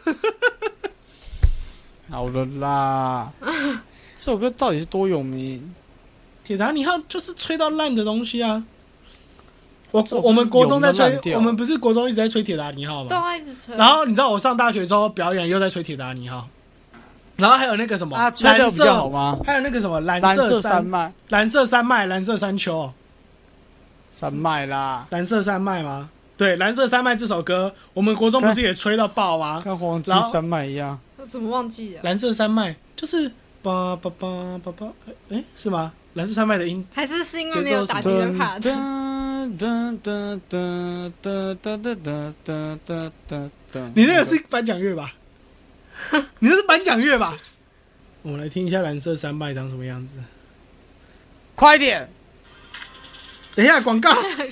好了啦，这首歌到底是多有名？ 铁达尼号就是吹到烂的东西啊！我这我们国中在吹有没有烂，掉我们不是国中一直在吹铁达尼号都吗？ 要一直吹。 然后你知道我上大学之后表演又在吹铁达尼号，然后还有那个什么啊，吹的蓝比较好色， 吗？ 还有那个什么蓝蓝色色山山脉， 蓝色山脉、蓝色山丘、 山脉啦， 蓝色山脉吗？对，蓝色山脉这首歌，我们国中不是也吹到爆吗？ 跟黄金然后山脉一样。 我怎么忘记了？ 蓝色山脉就是叭叭叭叭叭，哎，是吗？蓝色山脉的音还是是因为没有打击的 part？ 噔噔噔噔噔噔噔噔噔噔噔噔， 你那个是颁奖乐吧？你那是颁奖乐吧？我们来听一下蓝色山脉长什么样子。 快点！ 等一下广告，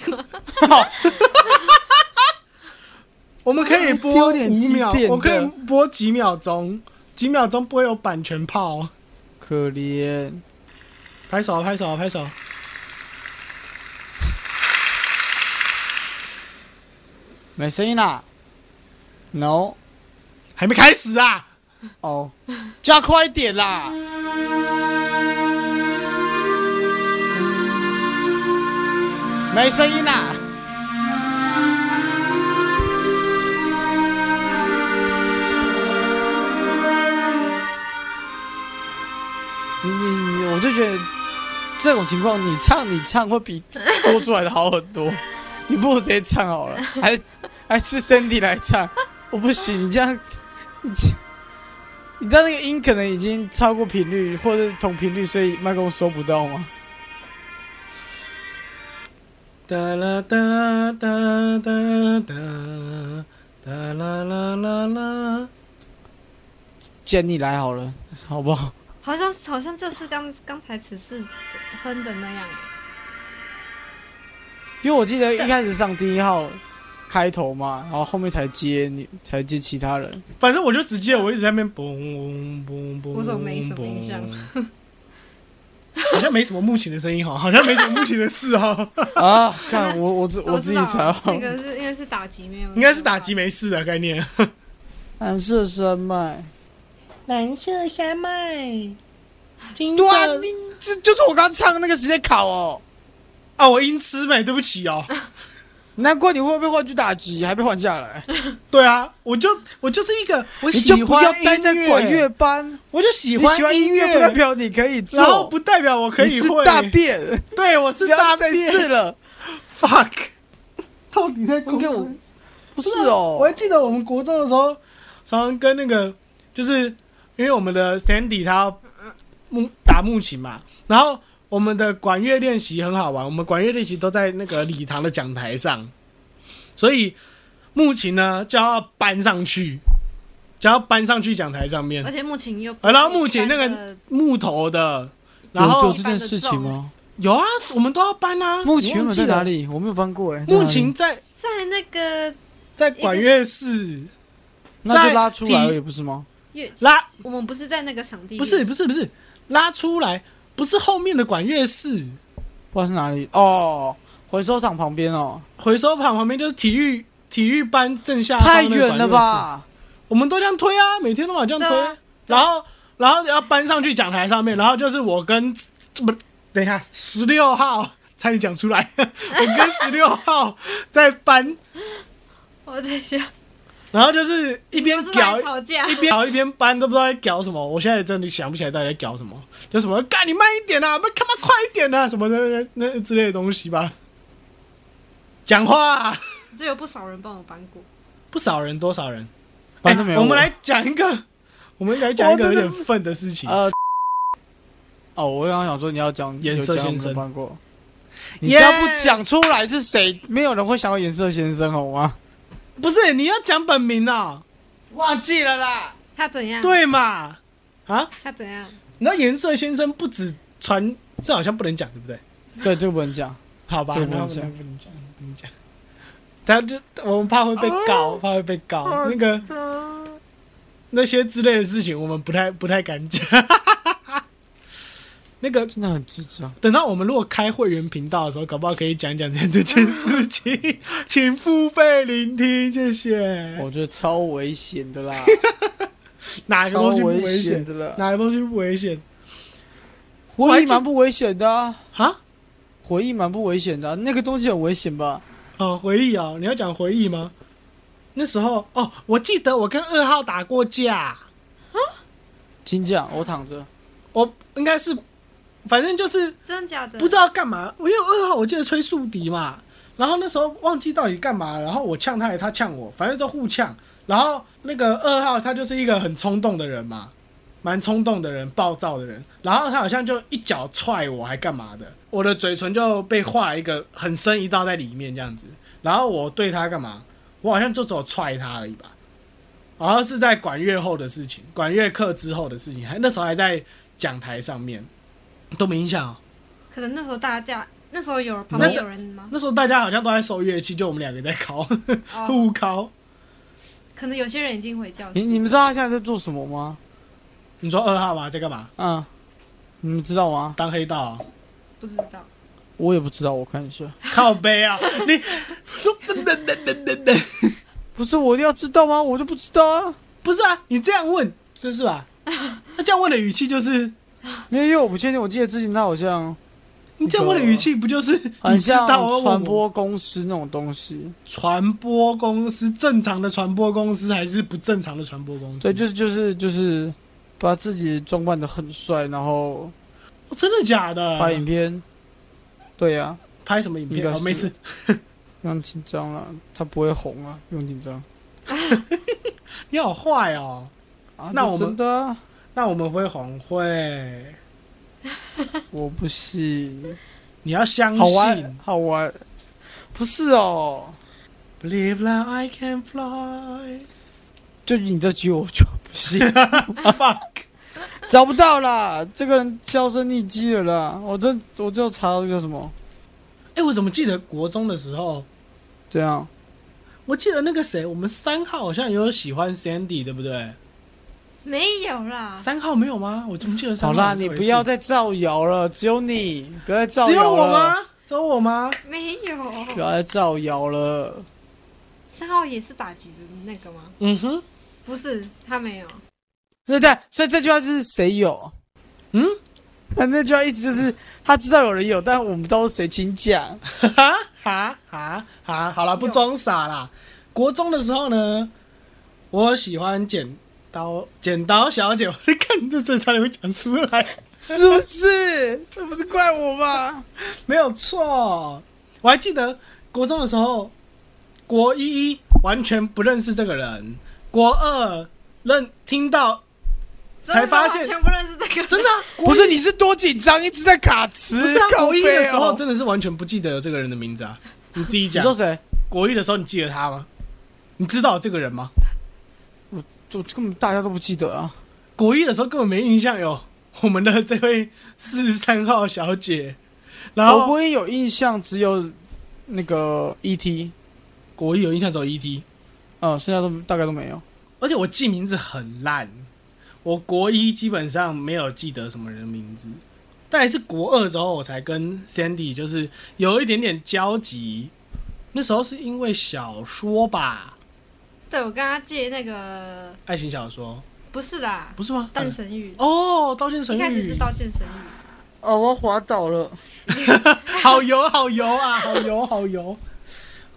我们可以播丢点五秒几，点的我可以播几秒钟，几秒钟不会有版权炮。 可怜， 拍手，拍手，拍手！ 没声音啦。No， 还没开始啊！ 哦，加快一点啦！没声音啦。你你你，我就觉得这种情况，你唱你唱会比播出来的好很多。你不如直接唱好了，还还是 Sandy 来唱，我不行，你这样，你你知道那个音可能已经超过频率或者同频率，所以麦克风收不到吗？ 哒啦哒哒哒哒哒啦啦啦啦。 见你来好了，好不好？ 好像好像就是刚刚才此次哼的那样哎。 因为我记得一开始上第一号开头嘛，然后后面才接你，才接其他人。 反正我就直接我一直在那边嘣嘣嘣， 我怎么没什么印象？ 好像没什么木琴的声音哈，好像没什么木琴的事哈。 啊，看我我自我自己知查道，这个是因为是打击没有， 应该是打击没事的概念。 蓝色山脉， 蓝色山脉，金对啊， 色你这就是我刚唱的那个直接考哦。 啊，我音痴没，对不起哦。 难怪你会被换去打击，还被换下来。 对啊，我就我就是一个我你就不喜欢要待在音乐管乐班， 我就喜你欢喜欢音乐，不代表你可以然后做， 不代表我可以你是会大便， 对，我是不要大再便试了。 fuck， 到底在公 OK， 司我不是哦， 我还记得我们国中的时候，常常跟那个就是因为我们的 Sandy 他要木打木琴嘛，然后我们的管乐练习很好玩，我们管乐练习都在那个礼堂的讲台上，所以木琴呢就要搬上去，就要搬上去讲台上面而，且木琴又不然后木琴那一般的个木头的，然有有后这件事情吗？ 有啊，我们都要搬啊。 木琴原本在哪里？ 里？我没有搬过哎。 木琴在在那个在管乐室那就拉出来在而已，不是吗？ 乐， 拉， 我们不是在那个场地， 不是不是不是拉出来，不是后面的管乐室， 不知道是哪里哦，回收厂旁边哦， 回收厂旁边就是体育体育班正下太方那个远了管乐室？ 吧？ 我们都这样推啊，每天都往这样推， 对啊然后然后要搬上去讲台上面，然后就是我跟不等一下十六号差点讲出来，我跟十六号在搬我在想， 然后就是一边不是在搞吵架， 一边搞一边搬，都不知道在搞什么。我现在真的想不起来到底在搞什么，就什么干你慢一点啊，不他妈快一点啊，什么的那那之类的东西吧。讲话、啊， 这有不少人帮我搬过， 不少人，多少人？ 反正没有我。 我们来讲一个，我们来讲一个有点愤的事情。 呃，哦，我刚刚想说你要讲颜色先生搬过，你只 Yeah 要不讲出来是谁，没有人会想到颜色先生，好吗？ 不是你要讲本名啊？ 忘记了啦。 他怎样？ 对嘛？啊？ 他怎样？ 你知道颜色先生不止传，这好像不能讲，对不对？ 对，这个不能讲。 好吧，那不这个不能讲能不能讲，不能讲。他就我们怕会被告，怕会被告。那个那些之类的事情，我们不太不太敢讲。那个真的很智障。 等到我们如果开会员频道的时候，搞不好可以讲讲这件事情，请付费聆听，谢谢。 我觉得超危险的啦， 哪个东西不危超危险险的啦？ 哪个东西不危险？ 回忆蛮不危险的啊， 啊？ 回忆蛮不危险的啊，那个东西很危险吧？ 哦，回忆啊、哦，你要讲回忆吗？那时候哦，我记得我跟二号打过架。 请讲，我躺着。 我应该是，反正就是真的假的？ 不知道干嘛。因为二号我记得吹竖笛嘛，然后那时候忘记到底干嘛了，然后我呛他，他呛我，反正就互呛。然后那个二号他就是一个很冲动的人嘛，蛮冲动的人，暴躁的人。然后他好像就一脚踹我，还干嘛的？我的嘴唇就被划了一个很深一道在里面这样子。然后我对他干嘛？我好像就只有踹他而已吧。好像是在管乐后的事情，管乐课之后的事情，还那时候还在讲台上面，都没印象哦。 可能那时候大家那时候有旁边有人吗？ 那时候大家好像都在收乐器，就我们两个在考， 哦互考。 可能有些人已经回教室。 你你们知道他现在在做什么吗？ 你说二号吗？在干嘛？ 嗯，你们知道吗？ 当黑道、啊？ 不知道。 我也不知道，我看一下。 靠背啊！你不是我一定要知道吗？我就不知道啊。 不是啊，你这样问，是是吧？他这样问的语气就是， 因为因为我不确定，我记得之前他好像你这样问的语气不就是很你知道像我传播公司那种东西？ 传播公司正常的传播公司还是不正常的传播公司？ 对，就是就是就是把自己装扮的很帅，然后哦、真的假的？ 拍影片。对呀、啊， 拍什么影片？哦，没事。 不用紧张了，他不会红啊，不用紧张。 你好坏哦！ 啊， 那我们真的、啊， 那我们会红会， 我不信。 你要相好玩， 信。 好玩，不是哦。 Believe that I can fly。 就你这句我就不信。 Fuck， 找不到啦，这个人销声匿迹了啦。我这我就查到这个什么？ 哎、欸，我怎么记得国中的时候？ 这样， 我记得那个谁，我们三号好像也有喜欢 Sandy， 对不对？ 没有啦。 三号没有吗？我怎么记得三号？ 好啦，你不要再造谣了，只有你，不要再造谣了。 只有我吗？只有我吗？ 没有。 不要再造谣了。 三号也是打击的那个吗？ 嗯哼， 不是，他没有。 对对，所以这句话就是谁有？ 嗯， 那那句话意思就是他知道有人有，但我们不知道是谁，请讲。 哈哈哈哈！好了，不装傻啦。国中的时候呢，我喜欢剪刀，剪刀小姐。我看这这差点会讲出来， 是不是？这不是怪我吧？ 没有错。我还记得国中的时候，国一完全不认识这个人，国二认听到。才发现全不认识这个， 真的、啊、 不是你是多紧张，一直在卡词。 不是啊， 哦、 国一的时候真的是完全不记得有这个人的名字啊！你自己讲。 你说谁？ 国一的时候你记得他吗？你知道这个人吗？ 我就根本大家都不记得啊！ 国一的时候根本没印象有我们的这位四十三号小姐。然后我国一有印象只有那个 E T， 国一有印象只有 E T， 嗯，剩下都大概都没有。 而且我记名字很烂。我国一基本上没有记得什么人的名字，但是国二之后我才跟 Sandy 就是有一点点交集。那时候是因为小说吧？ 对，我跟他借那个爱情小说。 不是啦， 不是吗？ 刀剑神域。 哦，刀剑神域。 一开始是刀剑神域。 哦，我滑倒了。 好油，好油啊，好油，好油。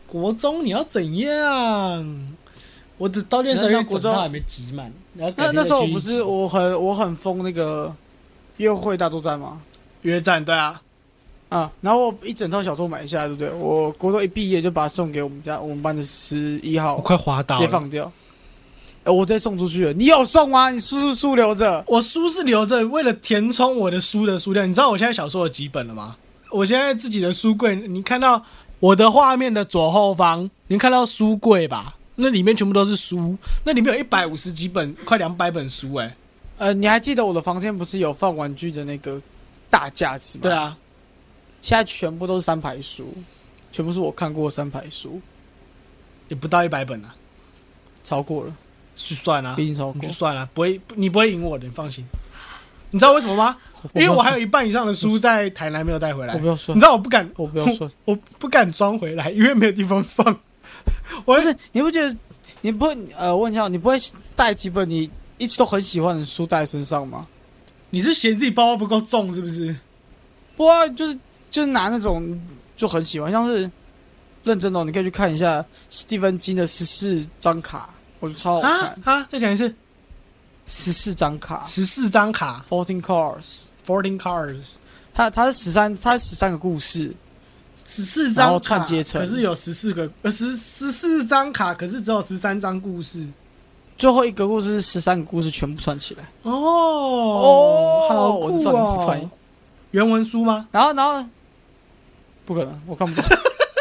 国中你要怎样？我的刀剑神域整套还没集满，然后那那时候我不是我很我很疯那个约会大作战吗？ 约战对啊， 啊，然后我一整套小说买下来，对不对？我国中一毕业就把它送给我们家我们班的十一号， 我快滑倒了， 直接放掉。哎、欸，我直接送出去了。你有送吗？你书是书留着？ 我书是留着，为了填充我的书的数量。你知道我现在小说有几本了吗？我现在自己的书柜，你看到我的画面的左后方，你看到书柜吧？那里面全部都是书，那里面有一百五十几本，快两百本书哎、欸。 呃，你还记得我的房间不是有放玩具的那个大架子吗？ 对啊， 现在全部都是三排书，全部是我看过的三排书， 也不到一百本啊， 超过了， 是算啊， 已经超过， 就算了，不会，你不会赢我的，你放心。你知道为什么吗？因为我还有一半以上的书在台南没有带回来。 我不要说， 你知道我不敢， 我不要说， 我不敢装回来，因为没有地方放。我不是，你不觉得你不会呃，问一下，你不会带几本你一直都很喜欢的书带在身上吗？ 你是嫌自己包包不够重是不是？ 不啊，就是就是拿那种就很喜欢，像是认真的、哦，你可以去看一下史蒂芬金的十四张卡，我觉得超好看啊啊！再讲一次， 十四张卡， 十四张卡 ，fourteen cards，fourteen cards， 它它是十三，它是十三个故事。 十四张串接成， 可是有十四个，呃，十十四张卡，可是只有十三张故事。 最后一个故事是十三个故事全部串起来。 哦哦，好酷哦！ 原文书吗？ 然后然后，不可能，我看不懂。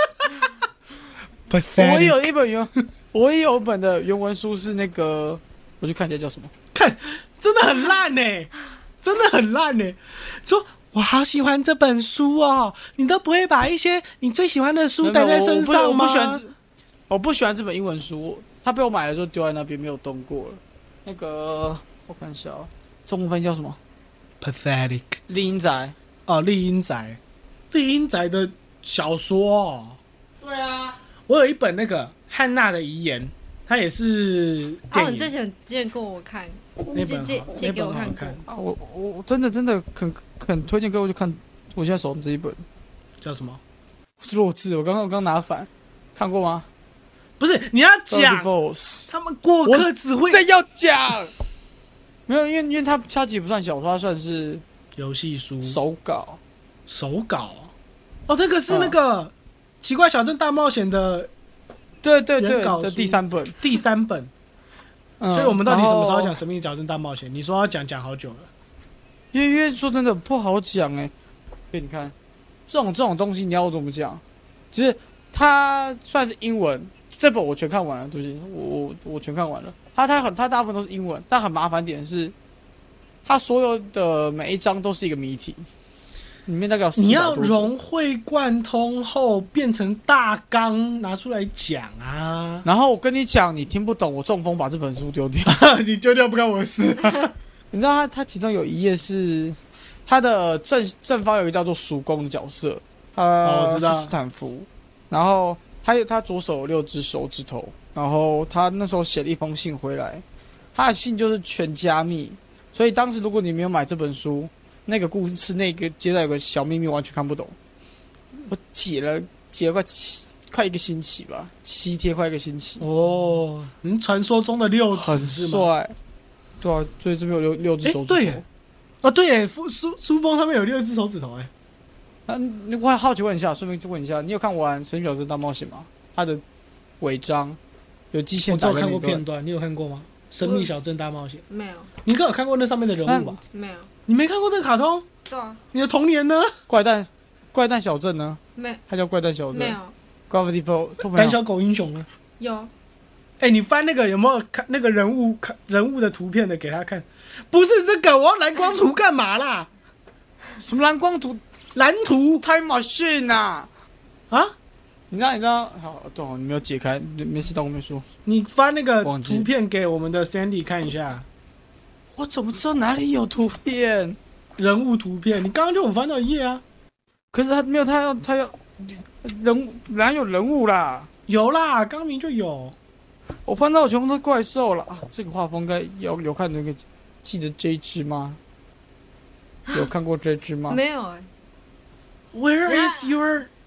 我也有一本原，我也有一本的原文书是那个，我去看一下叫什么。 看，真的很烂呢、欸，真的很烂呢、欸。说。我好喜欢这本书哦！你都不会把一些你最喜欢的书带在身上吗？ 我不喜欢，我不喜欢这本英文书，它被我买了就丢在那边，没有动过了。那个我看一下哦，中文翻译叫什么 ？Pathetic。 丽英宅哦，丽英宅，丽英宅的小说哦。 对啊， 我有一本那个汉娜的遗言，它也是电影。 哦，你之前借过我看。 那本借借给我看看啊！我我真的真的很很推荐各位去看，我现在手上这一本叫什么？ 是弱智，我刚刚我刚拿反，看过吗？ 不是，你要讲，他们过客只会这要讲，没有，因为因为他他其实不算小说，他算是游戏书手稿， 手稿哦，那个是那个《奇怪小镇大冒险》的， 对对对的第三本， 第三本。所以我们到底什么时候讲《神秘小镇大冒险》？你说要讲讲好久了， 因为因为说真的不好讲哎、欸。给你看，这种这种东西你要我怎么讲？就是它算是英文，这本我全看完了，对不起，我我我全看完了。它它很它大部分都是英文，但很麻烦点是，它所有的每一章都是一个谜题。里面大概有四百多。 你要融会贯通后变成大纲拿出来讲啊！ 然后我跟你讲，你听不懂，我中风把这本书丢掉。 你丢掉不干我的事、啊。 你知道他他其中有一页是他的正正方有一个叫做叔公的角色，呃， 哦、 是斯坦福。然后他有他左手有六只手指头，然后他那时候写了一封信回来，他的信就是全加密，所以当时如果你没有买这本书。那个故事，那个接待有个小秘密，完全看不懂。我解了解了快七快一个星期吧，七天快一个星期。 哦，你传说中的六指是吗？ 很帅，对啊，所以这边有六六只手指头。 对耶，啊对耶，书书封上面有六只手指头哎。 那、啊、我还好奇问一下，顺便问一下，你有看完《神秘小镇大冒险》吗？它的尾章有机械。 我只有看过片段，你有看过吗？《神秘小镇大冒险》 没有。 你应该有看过那上面的人物吧？ 没有。 你没看过这个卡通？ 对啊。 你的童年呢？ 怪蛋，怪蛋小镇呢？ 没。 它叫怪蛋小镇。 没有。 Gravity Falls。 胆小狗英雄呢？ 有。 哎、欸，你翻那个有没有看那个人物人物的图片的给他看？不是这个，我要蓝光图干嘛啦？ 什么蓝光图？ 蓝图 ？Time Machine 啊？ 啊？ 你知道？你知道？好，对，你没有解开，没事，当我没说。 你翻那个图片给我们的 Sandy 看一下。 我怎么知道哪里有图片？ 人物图片，你刚刚就有翻到一页啊。 可是他没有，他要他要人物哪有人物啦？ 有啦，刚明就有。 我翻到全部都是怪兽了啊！这个画风该有有看那个记得这一只吗？有看过这只吗？ 没有哎、 欸。Where is your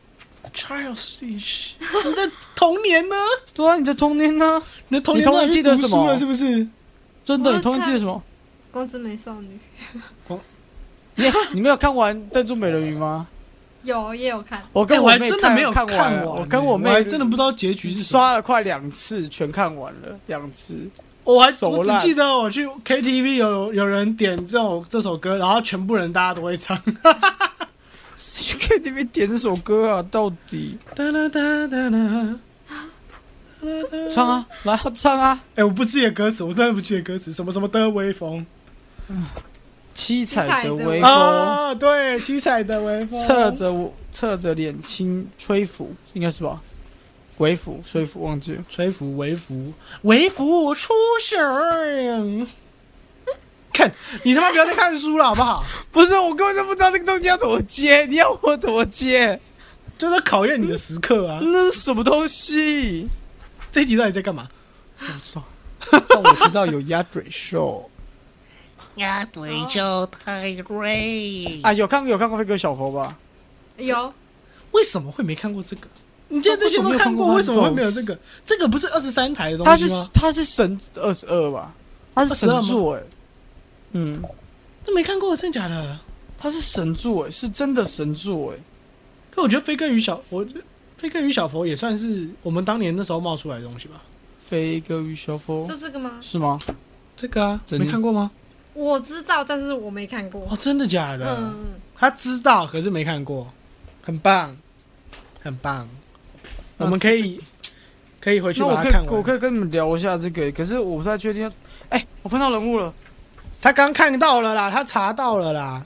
Childish， 你的童年呢？ 对啊，你的童年呢？ 你的童年你童年记得什么？ 是不是？ 真的，你童年记得什么？ 光之美少女。 光， 你你没有看完《珍珠美人鱼》吗？ 有，也有看。 我跟我妹真的没有看完， 完，我跟我妹我还真的不知道结局是刷了快两次，全看完了两次。 我还我只记得我去 K T V 有有人点这种这首歌，然后全部人大家都会唱。 谁去 K T V 点这首歌啊？到底？唱啊，来唱啊！ 哎、欸，我不记得歌词，我真的不记得歌词，什么什么的微风， 七彩的微风啊，对，七彩的微风， 侧着侧着脸轻吹拂，应该是吧？微服吹拂忘记了， 吹拂微服微服出行。看你他妈不要再看书了好不好？ 不是，我根本就不知道这个东西要怎么接，你要我怎么接？ 就是考验你的时刻啊！ 那是什么东西？ 这一集到底在干嘛？ 我不知道，但我知道有鸭嘴兽。 鸭嘴兽太瑞啊！有看有看过飞哥小佛吧？ 有。 为什么会没看过这个？你既然这些都看过，为什么会没有这个？这个不是二十三台的东西吗？ 它是它是神二十二吧？它是神作哎、欸。嗯， 这没看过，真的假的？ 它是神作哎、欸，是真的神作哎、欸。 可我觉得飞哥与小，我飞哥与小佛也算是我们当年那时候冒出来的东西吧。 飞哥与小佛是这个吗？ 是吗？ 这个啊，没看过吗？ 我知道，但是我没看过。 哦，真的假的？ 嗯， 他知道，可是没看过，很棒，很棒。我们可以可以回去把它看完。 我可以跟你们聊一下这个，可是我不太确定。哎、欸，我翻到人物了。 他刚看到了啦，他查到了啦。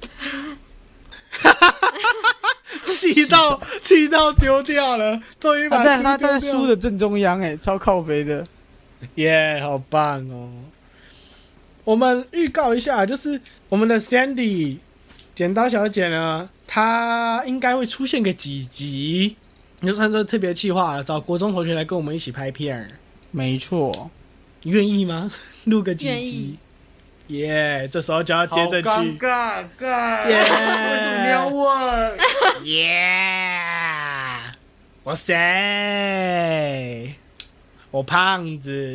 气到气到丢掉了，终于把书丢掉了。 他在他在书的正中央，哎，超靠北的。 耶、yeah, 好棒哦！我们预告一下，就是我们的 Sandy 剪刀小姐呢，她应该会出现个几集，就算作特别企划了，找国中同学来跟我们一起拍片。 没错， 你愿意吗？录个几集？ 愿意。耶、yeah, 这时候就要接这句。 好尴尬，尬。 耶、 yeah ！为什么你要问？ 耶！我谁？我胖子。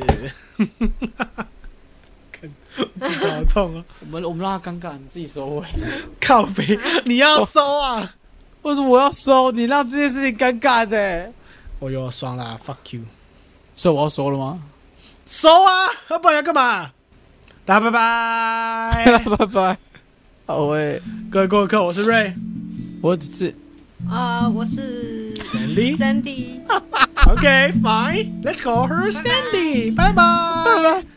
肚子好痛啊！ 我们我们让他尴尬，你自己收尾。 靠北，你要收啊？ 为什么我要收？你让这件事情尴尬的、欸。 我又爽啦 ，fuck you！ 所以我要收了吗？ 收啊！要不然要干嘛？大家拜拜， 拜拜。好诶， 各位过客，我是瑞， 我只是， 呃，我是 Sandy。 Sandy。 OK，fine，let's call her Sandy。拜拜， 拜拜。